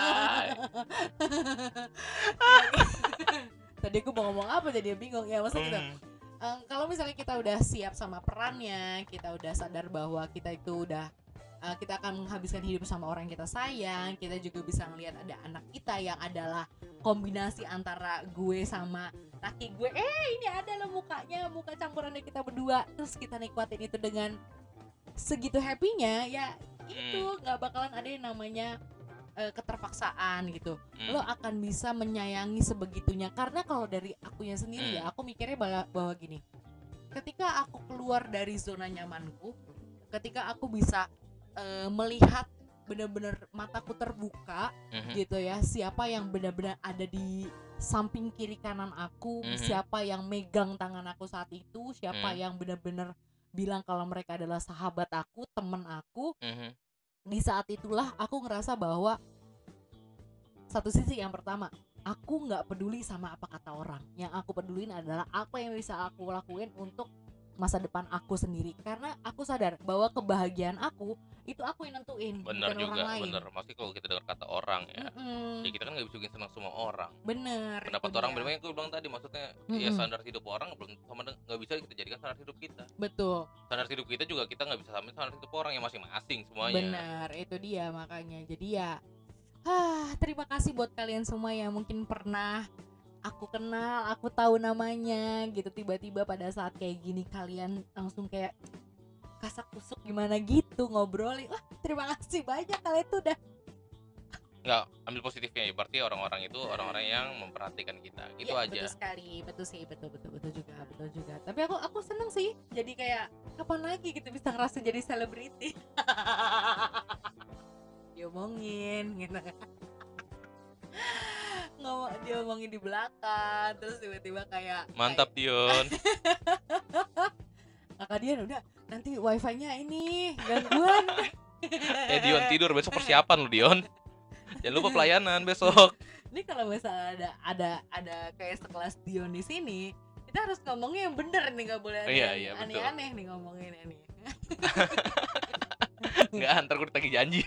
Tadi aku mau ngomong apa jadi bingung ya, maksudnya gitu. Hmm. Um, kalau misalnya kita udah siap sama perannya, kita udah sadar bahwa kita itu udah uh, kita akan menghabiskan hidup sama orang yang kita sayang, kita juga bisa ngelihat ada anak kita yang adalah kombinasi antara gue sama laki gue. Eh ini ada loh mukanya, muka campurannya kita berdua. Terus kita nikmatin itu dengan segitu happynya, ya itu nggak bakalan ada yang namanya uh, keterpaksaan gitu. Hmm. Lo akan bisa menyayangi sebegitunya. Karena kalau dari akunya sendiri Hmm. ya, aku mikirnya bahwa, bahwa gini, ketika aku keluar dari zona nyamanku, ketika aku bisa uh, melihat benar-benar mataku terbuka, Mhm. gitu ya, siapa yang benar-benar ada di samping kiri kanan aku, Mhm. siapa yang megang tangan aku saat itu, siapa Hmm. yang benar-benar bilang kalau mereka adalah sahabat aku, temen aku. Mhm. Di saat itulah aku ngerasa bahwa satu sisi, yang pertama, aku nggak peduli sama apa kata orang. Yang aku pedulin adalah apa yang bisa aku lakuin untuk masa depan aku sendiri. Karena aku sadar bahwa kebahagiaan aku itu aku yang nentuin, Bener bukan juga, orang lain. bener. Maksudnya kalau kita dengar kata orang ya, Mm-mm. ya kita kan nggak bisa bikin senang semua orang. Bener. Pendapat itu orang dia. bener yang gue bilang tadi, maksudnya ya Mm-mm. standar hidup orang belum sama, nggak bisa kita jadikan standar hidup kita. Betul. Standar hidup kita juga kita nggak bisa samain standar hidup orang yang masing-masing semuanya. Benar, itu dia makanya. Jadi ya, ah, terima kasih buat kalian semua yang mungkin pernah aku kenal, aku tahu namanya gitu. Tiba-tiba pada saat kayak gini kalian langsung kayak kasak kusuk gimana gitu ngobrolin. Wah, terima kasih banyak, kalian tuh udah Nggak, ambil positifnya ya, berarti orang-orang itu orang-orang yang memperhatikan kita, gitu ya, aja. betul sekali, betul sih, betul betul betul juga, betul juga. Tapi aku aku seneng sih. Jadi kayak kapan lagi gitu bisa ngerasa jadi selebriti. Diomongin gitu. Ngomong, diomongin di belakang, terus tiba-tiba kayak Mantap Dion. Kakak Dian udah, nanti wifi-nya ini gangguan. Eh Dion tidur, besok persiapan lu Dion. Jangan lupa pelayanan besok. Ini kalau misalnya ada ada ada kayak sekelas Dion di sini, kita harus ngomongnya yang bener nih, nggak boleh ada Iya, yang iya, betul. aneh-aneh nih ngomonginnya nih. Nggak, ntar gue ditagih janji.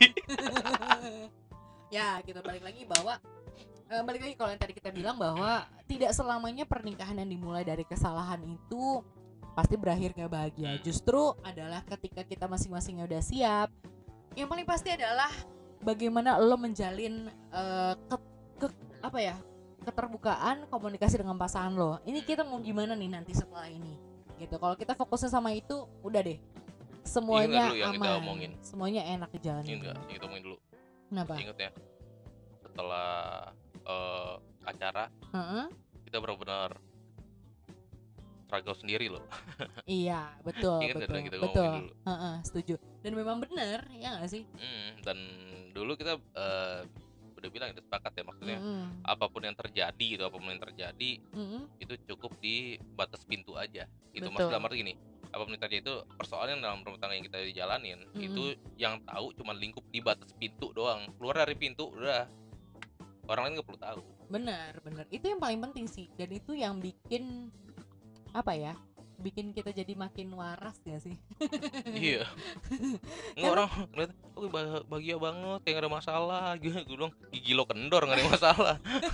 Ya, kita balik lagi bahwa eh, balik lagi kalau yang tadi kita bilang bahwa tidak selamanya pernikahan yang dimulai dari kesalahan itu pasti berakhir gak bahagia. Hmm. Justru adalah ketika kita masing-masingnya udah siap, yang paling pasti adalah bagaimana lo menjalin eh, ke, ke apa ya keterbukaan komunikasi dengan pasangan lo. Ini kita mau gimana nih nanti setelah ini, gitu. Kalau kita fokusnya sama itu, udah deh, semuanya dulu yang kita aman, omongin? semuanya enak dijalanin. Ini enggak, yang kita omongin dulu. Kenapa? Ingat ya, setelah eh, acara Heeh. kita benar-benar struggle sendiri loh. Iya, betul, Ingat nggak betul, yang kita ngomongin betul. dulu? Heeh, setuju. Dan memang benar, ya nggak sih? Hmm, dan dulu kita eh, udah bilang itu sepakat ya, maksudnya Mm-mm. apapun yang terjadi itu apapun yang terjadi Mm-mm. itu cukup di batas pintu aja. Itu Betul. maksud dalam arti gini, apapun yang terjadi itu persoalan dalam rumah tangga yang kita jalanin Mm-mm. itu yang tahu cuma lingkup di batas pintu doang. Keluar dari pintu udah orang lain nggak perlu tahu. Benar, benar. Itu yang paling penting sih. Dan itu yang bikin apa ya? Bikin kita jadi makin waras gak sih? Iya. Nggak, orang ngeliat, oh bah- bahagia banget, kayak gak ada masalah. Gue bilang, gigi lo kendor gak ada masalah.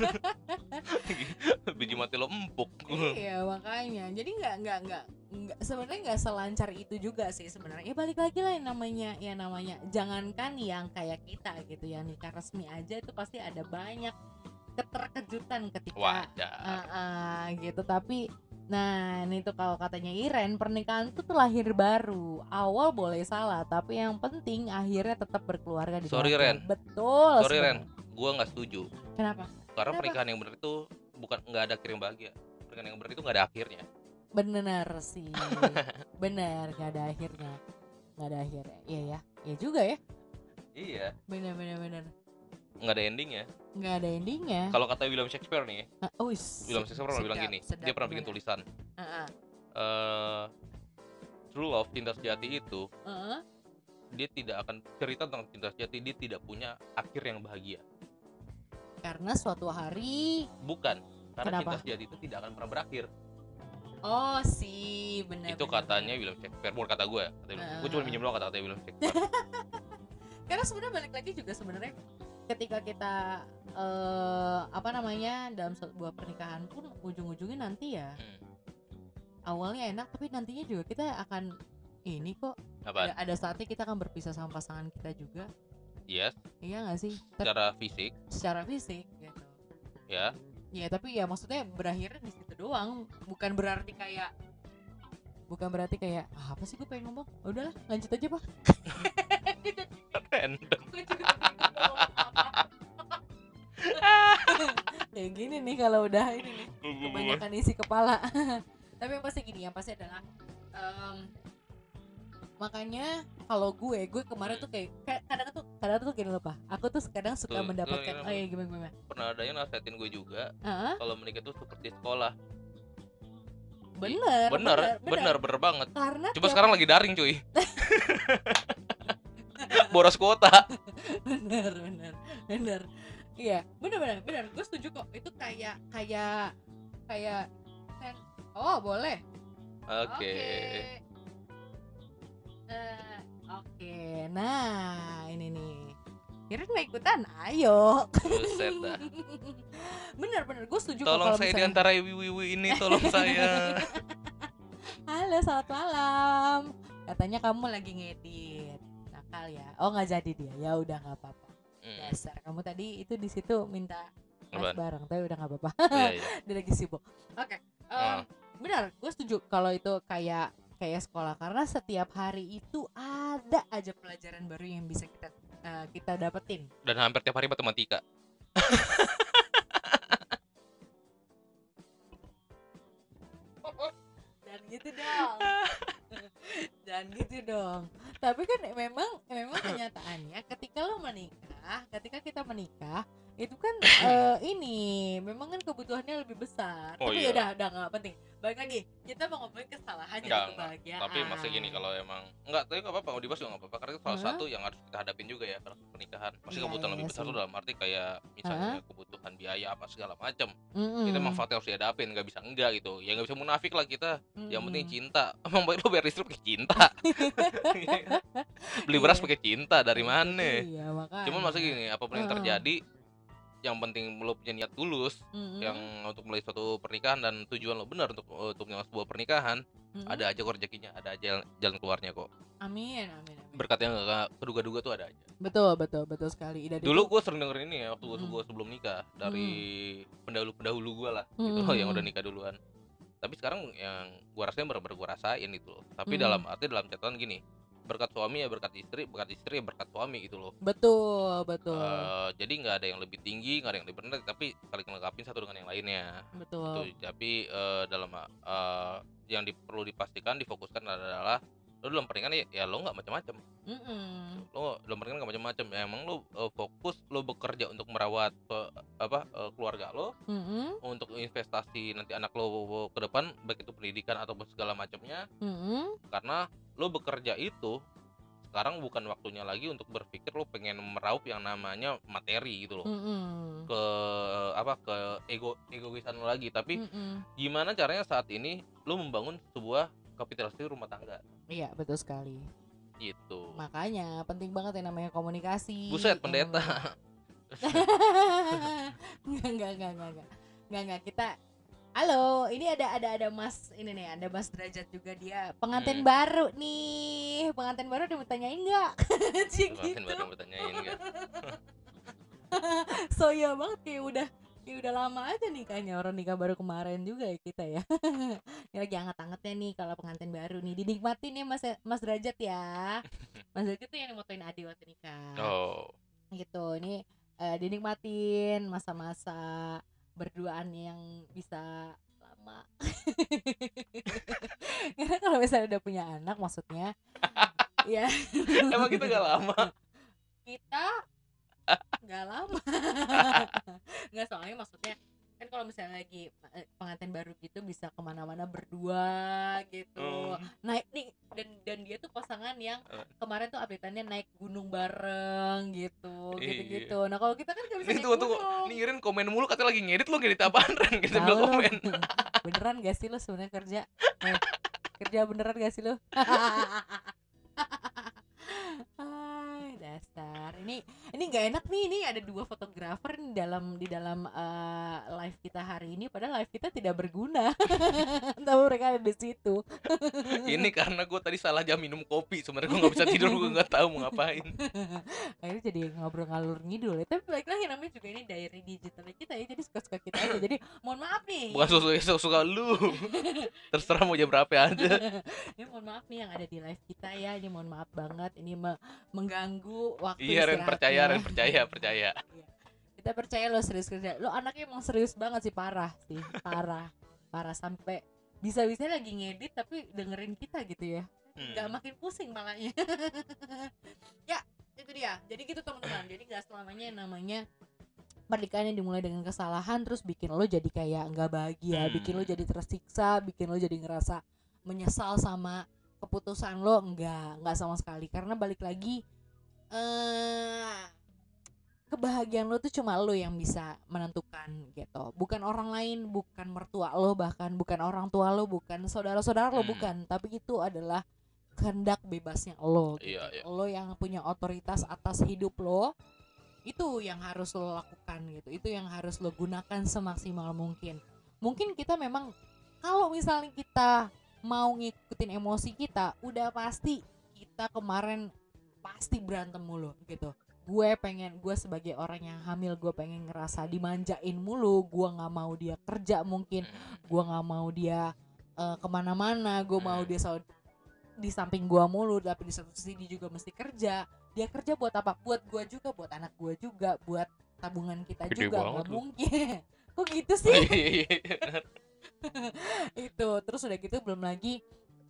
Biji mati lo empuk. Iya, makanya. Jadi nggak nggak nggak nggak sebenarnya nggak selancar itu juga sih sebenarnya. Ya balik lagi lah yang namanya ya namanya jangankan yang kayak kita gitu, yang nikah resmi aja itu pasti ada banyak keterkejutan ketika Wajar. uh, uh, gitu. Tapi nah ini tuh kalau katanya Iren, pernikahan itu tuh lahir baru. Awal boleh salah, tapi yang penting akhirnya tetap berkeluarga di Sorry, dalam Ren. keluarga. Betul. Sorry Ren, sebenarnya. gue nggak setuju. Kenapa? Karena Kenapa? pernikahan yang benar itu bukan nggak ada akhir yang bahagia. Pernikahan yang benar itu nggak ada akhirnya. Bener sih. Bener, nggak ada akhirnya. Nggak ada akhirnya. Iya ya. Iya juga ya. Iya. Bener bener bener. Nggak ada endingnya. Nggak ada endingnya. Kalau kata William Shakespeare nih, Ah, oh, is- William Shakespeare pernah bilang sedap, gini. sedap, Dia pernah bikin gimana? tulisan. Heeh. eh True love, cinta sejati itu Heeh. dia tidak akan cerita tentang cinta sejati, dia tidak punya akhir yang bahagia. Karena suatu hari Bukan, karena Kenapa? cinta sejati itu tidak akan pernah berakhir. oh sih bener. Itu bener, katanya bener. William Shakespeare, bukan kata gue. Kata William- Ah. Gue cuma minjem doang kata-kata William Shakespeare. Karena sebenarnya balik lagi juga sebenarnya ketika kita eh apa namanya dalam sebuah pernikahan pun ujung-ujungnya nanti ya Hmm. awalnya enak tapi nantinya juga kita akan ini kok Apaan? ada, ada saatnya kita akan berpisah sama pasangan kita juga. Yes, Iya nggak sih? Tapi secara fisik secara fisik gitu. ya. Ya tapi ya maksudnya berakhirnya di situ doang, bukan berarti kayak bukan berarti kayak ah, apa sih gue pengen ngomong, "Oh, udahlah lanjut aja pak." Random. Gue juga bingung mau ngomong apa. Kayak gini nih kalau udah ini nih kebanyakan isi kepala. Tapi yang pasti gini, yang pasti adalah em, makanya kalau gue gue kemarin tuh kayak kayak kadang tuh kadang tuh gini loh pak, aku tuh kadang suka Tuh, mendapatkan tuh, oh ya gimana gimana. Pernah ada yang nasihatin gue juga, Heeh. kalau menikah itu seperti sekolah. Bener, Bener, bener, bener banget. Karena Cuma tiap- sekarang lagi daring cuy. Boros kuota. bener bener bener iya bener bener bener gue setuju kok, itu kayak kayak kayak sen- oh boleh Oke. Eh, oke nah ini nih Iren mau ikutan ayo. Buset dah. bener bener gue setuju kok Tolong kalau saya misalnya- diantara wiwi ini, tolong saya. halo selamat malam, katanya kamu lagi ngedit nakal ya, oh nggak jadi dia, ya udah nggak apa-apa. Hmm, Dasar kamu tadi itu di situ minta live Apaan? bareng, tapi udah nggak apa-apa. Iya, iya. Dia lagi sibuk. Oke, em, Ah. benar, gue setuju kalau itu kayak kayak sekolah, karena setiap hari itu ada aja pelajaran baru yang bisa kita eh, kita dapetin. Dan hampir tiap hari matematika. Dan gitu dong. Dan gitu dong. Tapi kan memang memang kenyataannya ketika lo menikah, ketika kita menikah, Itu kan eh, ini memang kan kebutuhannya lebih besar. Oh Tapi ya iya. udah udah nggak penting. Balik lagi, kita mau ngomongin kesalahan jadi Enggak, enggak. kebahagiaan. Tapi masa gini kalau emang enggak, tapi enggak apa-apa, mau dibahas juga enggak apa-apa. Karena itu salah Heeh. satu yang harus kita hadapin juga ya dalam pernikahan. Maksudnya Iya kebutuhan iya lebih besar sih. tuh dalam arti kayak misalnya Heeh. kebutuhan biaya apa segala macam. Itu emang Mm-mm. faktor yang harus dihadapin, nggak bisa enggak gitu. Ya nggak bisa munafik lah kita. Yang penting Mm-mm. cinta. Emang baik lo bayar listrik pakai cinta. Iya kan? Beli beras Iya, pakai cinta dari itu mana? dia Cuman masa makanya. gini, apapun yang Heeh. terjadi, yang penting lo punya niat tulus yang Mm-mm. untuk mulai suatu pernikahan dan tujuan lo benar untuk untuk menyelesaikan sebuah pernikahan, Mm-mm. ada aja kok rezekinya, ada aja jalan keluarnya kok. Amin amin amin. Berkat yang gak keduga-duga tuh ada aja. Betul betul betul sekali. Dan Dulu itu gue sering denger ini ya waktu gue mm-mm. sebelum nikah dari Mm-mm. pendahulu-pendahulu gue lah gitu Mm-mm. yang udah Mm-mm. nikah duluan. Tapi sekarang yang gue rasain bener-bener gue rasain itu loh. Tapi Mm-mm. dalam arti dalam catatan gini, berkat suami ya berkat istri, berkat istri ya berkat suami gitu loh. Betul betul Eh, jadi nggak ada yang lebih tinggi, nggak ada yang lebih rendah, tapi saling melengkapi satu dengan yang lainnya. Itu betul. tapi eh, dalam eh, yang di, perlu dipastikan difokuskan adalah lo dalam pernikahan ya, ya lo nggak macam-macam. Mm-mm. Lo dalam pernikahan nggak macam-macam. Ya, emang lo eh, fokus lo bekerja untuk merawat eh, apa eh, keluarga lo, Mm-mm. untuk investasi nanti anak lo ke depan baik itu pendidikan ataupun segala macamnya. Mm-mm. Karena lo bekerja itu sekarang bukan waktunya lagi untuk berpikir lo pengen meraup yang namanya materi gitu loh, Mm-mm. ke apa ke ego egoisan lo lagi, tapi Mm-mm. gimana caranya saat ini lo membangun sebuah kapitalisasi rumah tangga Iya betul sekali. gitu. Makanya penting banget yang namanya komunikasi. Buset yang pendeta. namanya- Enggak enggak enggak enggak enggak enggak enggak kita. Halo, ini ada ada ada Mas ini nih, ada Mas Derajat juga, dia pengantin Hmm. baru nih. Pengantin baru udah mau tanyain enggak? Cik Makin gitu. baru bertanyain kan. So ya banget kayak udah kayak udah lama aja nikahnya, orang nikah baru kemarin juga ya kita ya. Ini lagi hangat-hangatnya nih kalau pengantin baru nih, dinikmatin ya Mas Mas Derajat ya. Mas Derajat tuh yang motoin Adi waktu nikah. Oh, Gitu. Ini eh, dinikmatin masa-masa berduaan yang bisa lama. Karena kalau misalnya udah punya anak maksudnya ya emang kita gak lama. kita nggak lama. Nggak, soalnya maksudnya kan kalau misalnya lagi eh, pengantin baru gitu bisa kemana-mana berdua gitu, Hmm. naik nih, dan dan dia tuh pasangan yang Eh. kemarin tuh update-annya naik gunung bareng gitu Iya. gitu-gitu. Nah kalau kita kan nggak bisa Ini naik tunggu tunggu, gunung. nih Irin komen mulu katanya lagi ngedit, lo ngedit apaan Ren? Kita Tahu bilang lo. komen. Beneran gak sih lo sebenarnya kerja? Eh, kerja beneran gak sih lo? Hai, dasar. Ini ini nggak enak nih. Ini ada dua fotografer di dalam di dalam eh, live kita hari ini. Padahal live kita tidak berguna. Tapi mereka ada di situ. Ini karena gue tadi salah jam minum kopi, sebenarnya gue nggak bisa tidur, gue nggak tahu mau ngapain. Akhirnya jadi ngobrol ngalur ngidul ya. Tapi balik lagi, namanya juga ini diary digital kita ya. Jadi suka-suka kita aja. Jadi mohon maaf nih. Bukan suka suka lu. Terserah mau jam berapa aja. Ini mohon maaf nih yang ada di live kita ya. Ini mohon maaf banget. Ini me- mengganggu waktu Iya Ren, percaya Ren, istirahatnya. percaya percaya. Iya. Kita percaya lo serius kerja. Lo anaknya emang serius banget sih, parah sih, parah, parah sampai bisa-bisa lagi ngedit tapi dengerin kita gitu ya. Nggak Hmm. makin pusing malahnya. Ya, itu dia. Jadi gitu teman-teman. Jadi nggak selamanya yang namanya pernikahan yang dimulai dengan kesalahan terus bikin lo jadi kayak nggak bahagia, Hmm. bikin lo jadi tersiksa, bikin lo jadi ngerasa menyesal sama keputusan lo. Enggak, enggak sama sekali. Karena balik lagi, eh kebahagiaan lo tuh cuma lo yang bisa menentukan gitu, bukan orang lain, bukan mertua lo, bahkan bukan orang tua lo, bukan saudara-saudara lo, Hmm. bukan, tapi itu adalah kehendak bebasnya lo gitu. Iya, iya. Lo yang punya otoritas atas hidup lo, itu yang harus lo lakukan gitu, itu yang harus lo gunakan semaksimal mungkin. Mungkin kita memang kalau misalnya kita mau ngikutin emosi kita, udah pasti kita kemarin pasti berantem mulu gitu. Gue pengen, gue sebagai orang yang hamil, gue pengen ngerasa dimanjain mulu, gue nggak mau dia kerja mungkin, Hmm. gue nggak mau dia eh, kemana-mana, gue mau Hmm. dia selalu di samping gue mulu, tapi di satu sisi dia juga mesti kerja. Dia kerja buat apa? Buat gue juga, buat anak gue juga, buat tabungan kita Gede juga. banget Gak lu. mungkin. Kok gitu Oh, sih? iya, iya, iya. Itu terus udah gitu belum lagi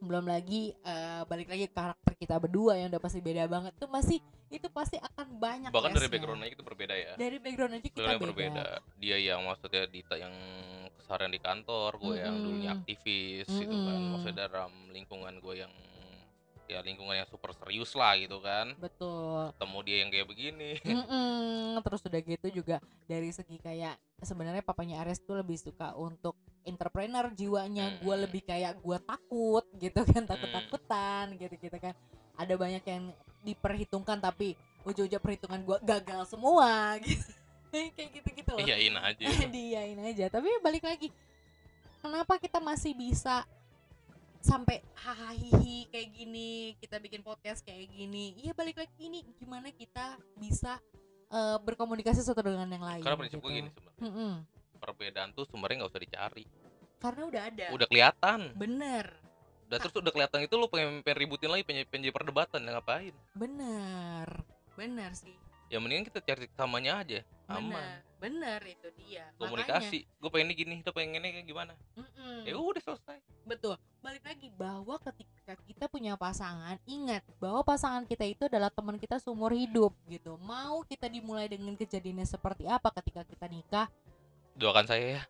belum lagi uh, balik lagi ke karakter kita berdua yang udah pasti beda banget tuh, masih itu pasti akan banyak bahkan dari lesnya. background aja kita berbeda ya, Dari background aja kita background beda. berbeda. Dia yang maksudnya Dita yang keseharian di kantor, gue yang dulunya Mm-mm. aktivis gitu kan, Mm-mm. maksudnya dalam lingkungan gue yang ya lingkungan yang super serius lah gitu kan, Betul. ketemu dia yang kayak begini. Mm-mm. Terus udah gitu juga dari segi kayak sebenarnya papanya Ares tuh lebih suka untuk entrepreneur jiwanya, gue Hmm. lebih kayak gue takut gitu kan, takut-takutan gitu-gitu kan. Ada banyak yang diperhitungkan tapi ujung-ujung perhitungan gue gagal semua gitu. Kayak gitu-gitu loh. Iyain aja. Diain aja. Tapi balik lagi, kenapa kita masih bisa sampai hahaha kayak gini, kita bikin podcast kayak gini? Iya balik lagi, ini gimana kita bisa uh, berkomunikasi satu dengan yang lain. Karena prinsip gitu. gue gini sebenarnya, Mm-mm. perbedaan tuh sebenarnya nggak usah dicari, karena udah ada, udah kelihatan. bener. Udah terus udah kelihatan itu, lu pengen, pengen ributin lagi, pengen, pengen jadi perdebatan, ya ngapain? Bener, bener sih. Ya mendingan kita cari samanya aja, aman. Bener, bener itu dia. Komunikasi, gue pengen ini gini, lo pengennya kayak gimana? Mm-mm. Ya udah selesai. Betul. Balik lagi bahwa ketika kita punya pasangan, ingat bahwa pasangan kita itu adalah teman kita seumur hidup gitu. Mau kita dimulai dengan kejadiannya seperti apa ketika kita nikah, Doakan saya ya.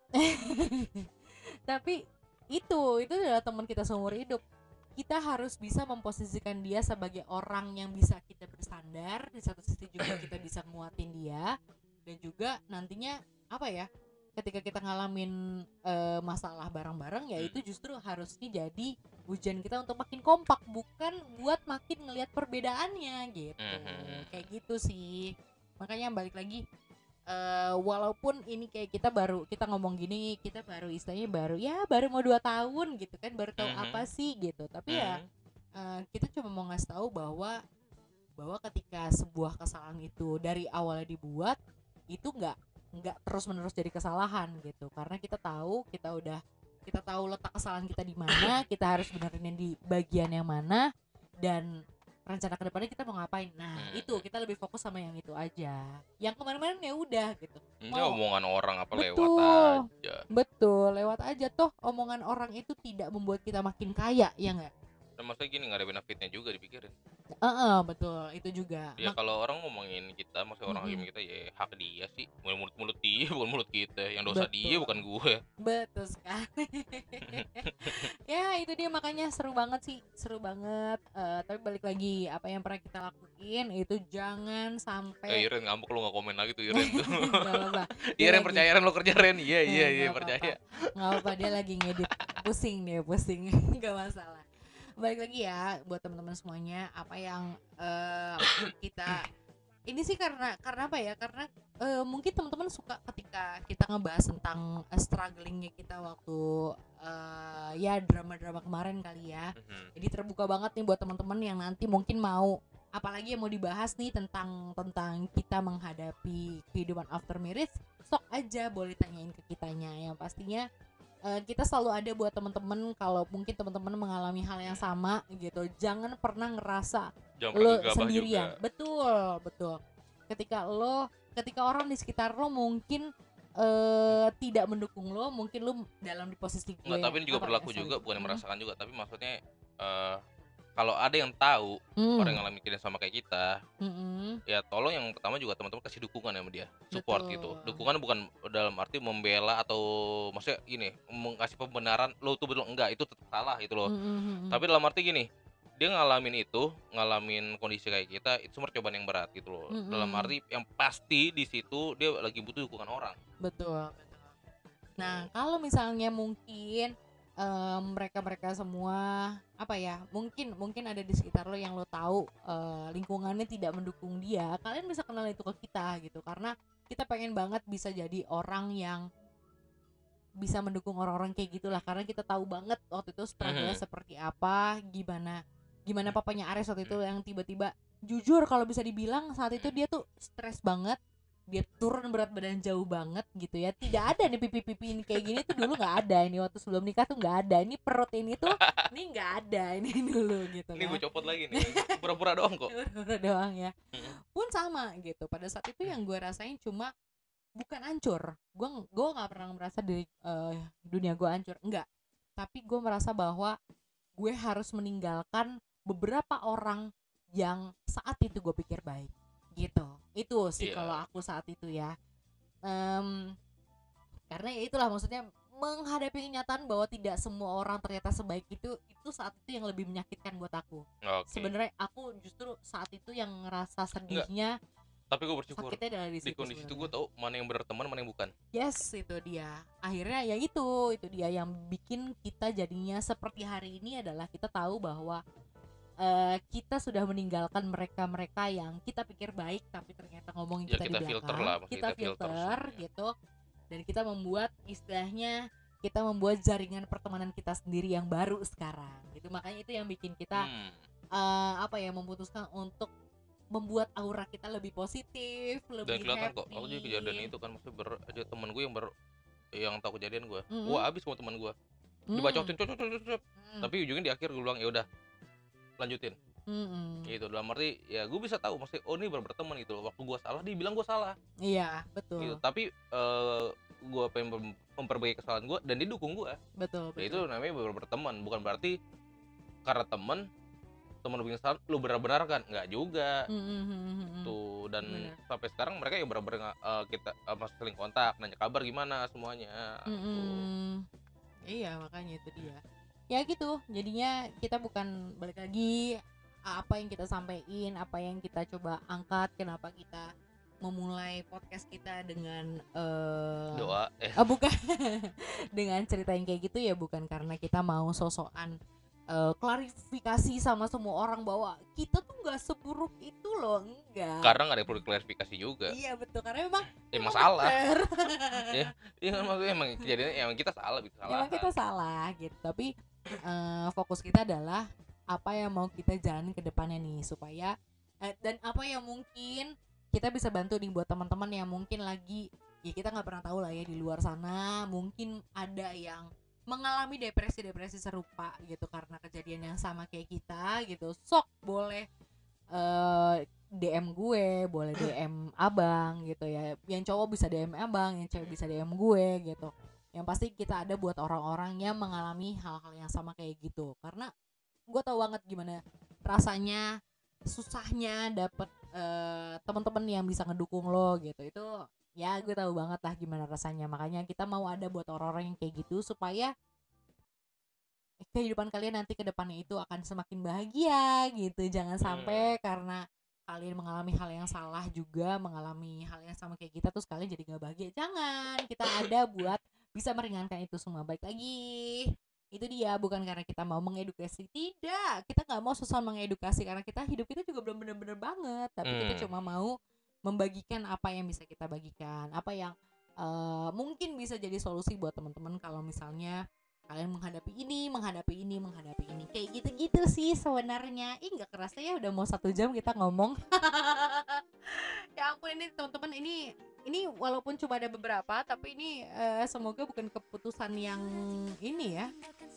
tapi itu itu adalah teman kita seumur hidup. Kita harus bisa memposisikan dia sebagai orang yang bisa kita bersandar, di satu sisi juga kita bisa nguatin dia, dan juga nantinya apa ya, ketika kita ngalamin uh, masalah bareng-bareng, ya itu justru harusnya jadi ujian kita untuk makin kompak, bukan buat makin ngelihat perbedaannya gitu. Mhm. Kayak gitu sih. Makanya balik lagi, Uh, walaupun ini kayak kita baru kita ngomong gini, kita baru istilahnya baru ya baru mau dua tahun gitu kan, baru tahu Mhm. apa sih gitu. Tapi ya Mhm. uh, kita cuma mau ngasih tahu bahwa bahwa ketika sebuah kesalahan itu dari awalnya dibuat, itu nggak nggak terus menerus jadi kesalahan gitu, karena kita tahu kita udah kita tahu letak kesalahan kita di mana, kita harus benerin di bagian yang mana, dan rencana kedepannya kita mau ngapain. Nah Hmm. itu kita lebih fokus sama yang itu aja. Yang kemarin-kemarin ya udah gitu. Ini Mau- omongan orang apa lewat Betul. aja. Betul, lewat aja. Toh omongan orang itu tidak membuat kita makin kaya, ya nggak? Dan maksudnya gini, nggak ada benefitnya juga dipikirin. Heeh, betul, itu juga. Ya Mak- kalau orang ngomongin kita, maksudnya orang Mm-mm. ngomongin kita, ya hak dia sih. Mulut mulut dia, bukan mulut kita. Yang dosa Betul. dia bukan gue. Betul sekali. Ya itu dia, makanya seru banget sih, seru banget. Eh, tapi balik lagi, apa yang pernah kita lakuin itu jangan Eh sampai. Iren ngambek, lu nggak komen lagi tuh Iren tuh. Nggak apa-apa. Dia Iya Ren, lagi- percaya Ren, lo kerja Ren. Iya Eh, iya iya nggak percaya. apa-apa. Nggak apa-apa, dia lagi ngedit, pusing dia, pusing. Nggak masalah. Balik lagi ya buat teman-teman semuanya, apa yang eh, kita ini sih karena karena apa ya, karena eh, mungkin teman-teman suka ketika kita ngebahas tentang eh, strugglingnya kita waktu eh, ya drama-drama kemarin kali ya. Mhm. Jadi terbuka banget nih buat teman-teman yang nanti mungkin mau, apalagi yang mau dibahas nih tentang tentang kita menghadapi kehidupan after marriage, sok aja boleh tanyain ke kitanya. Yang pastinya uh, kita selalu ada buat teman-teman kalau mungkin teman-teman mengalami hal yang sama gitu. Jangan pernah ngerasa Jangan lo pernah gegabah sendirian. juga. Betul, betul. Ketika lo ketika orang di sekitar lo mungkin uh, tidak mendukung lo, mungkin lo dalam di posisi gue. Enggak, tapi ini juga apa, berlaku sorry. juga, bukan Hmm. merasakan juga, tapi maksudnya eh kalau ada yang tahu Hmm. orang yang ngalamin kejadian sama kayak kita, Mm-mm. ya tolong yang pertama juga teman-teman kasih dukungan sama dia, support Betul. gitu. Dukungan bukan dalam arti membela atau maksudnya gini, mengasih pembenaran lo tuh betul, enggak, itu tetap salah gitu loh. Mm-mm. Tapi dalam arti gini, dia ngalamin itu, ngalamin kondisi kayak kita, itu semua percobaan yang berat gitu loh. Mm-mm. Dalam arti yang pasti di situ dia lagi butuh dukungan orang. Betul, betul. Nah, kalau misalnya mungkin em, mereka-mereka semua apa ya, mungkin mungkin ada di sekitar lo yang lo tahu eh, lingkungannya tidak mendukung dia, kalian bisa kenal itu ke kita gitu, karena kita pengen banget bisa jadi orang yang bisa mendukung orang-orang kayak gitulah, karena kita tahu banget waktu itu struggle-nya Mhm. seperti apa, gimana gimana papanya Ares waktu itu yang tiba-tiba, jujur kalau bisa dibilang saat itu dia tuh stres banget, dia turun berat badan jauh banget gitu ya. Tidak ada nih pipi-pipi ini kayak gini tuh dulu nggak ada, ini waktu sebelum nikah tuh nggak ada, ini perut ini tuh ini nggak ada ini dulu gitu Ini kan. gue copot lagi nih, pura-pura doang kok. Pura-pura doang ya. Mhm. Pun sama gitu, pada saat itu yang gue rasain cuma bukan hancur, gue gue nggak pernah merasa di eh, dunia gue hancur, enggak, tapi gue merasa bahwa gue harus meninggalkan beberapa orang yang saat itu gue pikir baik gitu. Itu sih Iya. kalau aku saat itu ya. Em, karena ya itulah maksudnya menghadapi kenyataan bahwa tidak semua orang ternyata sebaik itu, itu saat itu yang lebih menyakitkan buat aku. Oke. Sebenarnya aku justru saat itu yang ngerasa sedihnya, Tapi gue bersyukur sakitnya adalah di di situ kondisi itu gue sebenarnya. tahu mana yang benar teman, mana yang bukan. Yes, itu dia. Akhirnya ya itu, itu dia yang bikin kita jadinya seperti hari ini adalah kita tahu bahwa eh, kita sudah meninggalkan mereka-mereka yang kita pikir baik tapi ternyata ngomongin Ya, kita, kita di belakang. filter lah, maksudnya Kita kita filter filter semuanya. gitu. Dan kita membuat istilahnya kita membuat jaringan pertemanan kita sendiri yang baru sekarang. Gitu. Makanya itu yang bikin kita Hmm. eh, apa ya memutuskan untuk membuat aura kita lebih positif, Dan lebih kelihatan happy. kok, aku juga kejadian itu kan maksudnya ber, ada temen gue yang ber, yang tahu kejadian gue, Mm-mm. wah abis semua teman gue, Mm. dibacotin, cocok, cocok, cocok. Mm. Tapi ujungnya di akhir gue bilang ya udah, lanjutin. Mm-mm. Gitu, dalam arti ya gue bisa tahu maksudnya oh ini baru berteman gitu loh. Waktu gue salah dia bilang gue salah Iya, betul. gitu, tapi eh gue pengen mem- memperbaiki kesalahan gue dan dia dukung gue. Betul, Ya itu betul. namanya baru berteman, bukan berarti karena teman teman lu bikin salah lu benar-benar kan nggak juga. Mm-mm. Tuh, dan Bener. sampai sekarang mereka yang benar-benar eh, kita eh, masih saling kontak, nanya kabar gimana semuanya. Tuh. Mm-mm. Iya, makanya itu dia. Ya gitu, jadinya kita bukan balik lagi apa yang kita sampaikan, apa yang kita coba angkat, kenapa kita memulai podcast kita dengan eh Doa eh ah, bukan dengan cerita yang kayak gitu ya, bukan karena kita mau sosokan eh, klarifikasi sama semua orang bahwa kita tuh nggak seburuk itu loh, enggak. karena nggak ada yang perlu klarifikasi juga. Iya betul, karena memang Emang memang salah. bener. Ya, iya kan maksudnya emang kejadiannya emang kita salah, gitu salah. Emang kita salah gitu, tapi eh, fokus kita adalah apa yang mau kita jalanin ke depannya nih, supaya eh, dan apa yang mungkin kita bisa bantu nih buat teman-teman yang mungkin lagi, ya kita nggak pernah tahu lah ya, di luar sana mungkin ada yang mengalami depresi-depresi serupa gitu karena kejadian yang sama kayak kita gitu. Sok boleh eh, D M gue, boleh D M abang gitu ya. Yang cowok bisa D M abang, yang cewek bisa D M gue gitu. Yang pasti kita ada buat orang-orang yang mengalami hal-hal yang sama kayak gitu. Karena gue tahu banget gimana rasanya, susahnya dapet uh, teman-teman yang bisa ngedukung lo gitu. Itu ya gue tahu banget lah gimana rasanya. Makanya kita mau ada buat orang-orang yang kayak gitu supaya kehidupan kalian nanti ke depannya itu akan semakin bahagia gitu. Jangan sampai Hmm. karena kalian mengalami hal yang salah juga, mengalami hal yang sama kayak kita terus kalian jadi gak bahagia. Jangan, kita ada buat bisa meringankan itu semua. Baik lagi, itu dia, bukan karena kita mau mengedukasi, tidak, kita nggak mau susah mengedukasi karena kita hidup kita juga belum bener-bener banget, tapi kita Hmm. cuma mau membagikan apa yang bisa kita bagikan, apa yang eh, mungkin bisa jadi solusi buat teman-teman kalau misalnya kalian menghadapi ini, menghadapi ini, menghadapi ini, kayak gitu-gitu sih sebenarnya. Ih, nggak kerasa ya udah mau satu jam kita ngomong. Ya ampun, ini teman-teman, ini ini walaupun cuma ada beberapa, tapi ini eh, semoga bukan keputusan yang ini ya.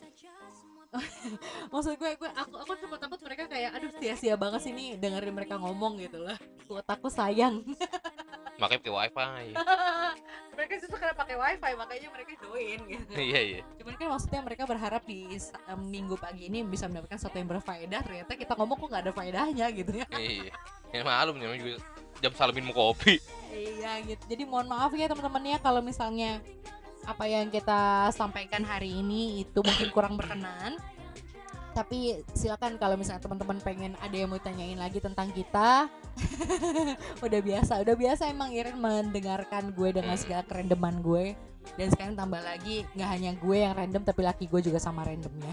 Maksud gue, gue aku aku cuma takut mereka kayak aduh sia-sia banget sih nih dengerin mereka ngomong gitu lah. Kuat aku sayang. Makanya pakai wifi. Mereka justru karena pakai wifi makanya mereka join gitu. Iya iya. Cuman kan maksudnya mereka berharap di um, minggu pagi ini bisa mendapatkan sesuatu yang berfaedah. Ternyata kita ngomong kok nggak ada faedahnya gitu ya. Iya. Ya malum namanya juga jam salah minum kopi. Iya gitu. Jadi mohon maaf ya teman-teman ya kalau misalnya apa yang kita sampaikan hari ini itu mungkin kurang berkenan. Tapi silakan kalau misalnya teman-teman pengen ada yang mau tanyain lagi tentang kita. Udah biasa, udah biasa emang Iren mendengarkan gue dengan segala kerandoman gue. Dan sekarang tambah lagi nggak hanya gue yang random tapi laki gue juga sama randomnya.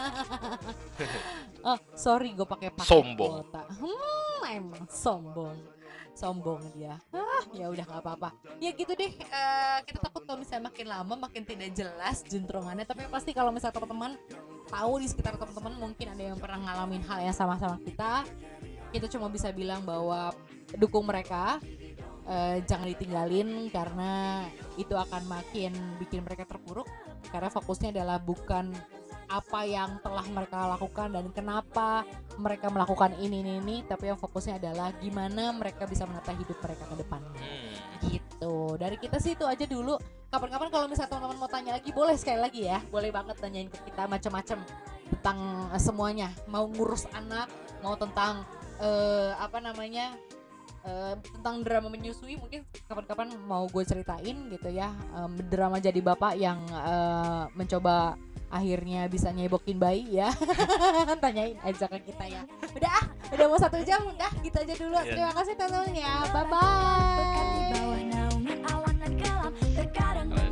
Oh sorry gue pakai paket Sombong. kuota. Hmm emang sombong, sombong dia. Ah ya udah nggak apa-apa. Ya gitu deh. eh, kita takut kalau misalnya makin lama makin tidak jelas juntrungannya. Tapi pasti kalau misalnya teman-teman tahu di sekitar teman-teman mungkin ada yang pernah ngalamin hal yang sama-sama kita, kita cuma bisa bilang bahwa dukung mereka. Uh, jangan ditinggalin karena itu akan makin bikin mereka terpuruk karena fokusnya adalah bukan apa yang telah mereka lakukan dan kenapa mereka melakukan ini ini, ini tapi yang fokusnya adalah gimana mereka bisa menata hidup mereka ke depannya. Hmm. Gitu. Dari kita sih itu aja dulu. kapan-kapan kalau misalnya teman-teman mau tanya lagi boleh sekali lagi ya, boleh banget tanyain ke kita macam-macam tentang uh, semuanya, mau ngurus anak, mau tentang uh, apa namanya uh, tentang drama menyusui, mungkin kapan-kapan mau gue ceritain gitu ya, um, drama jadi bapak yang uh, mencoba akhirnya bisa nyebokin bayi ya. Tanyain aja ke kita ya. Udah ah, udah mau satu jam, udah gitu aja dulu. Iya. Terima kasih teman-teman ya, bye Pekan di bye. bawah naungan awan dan kelam, terkadang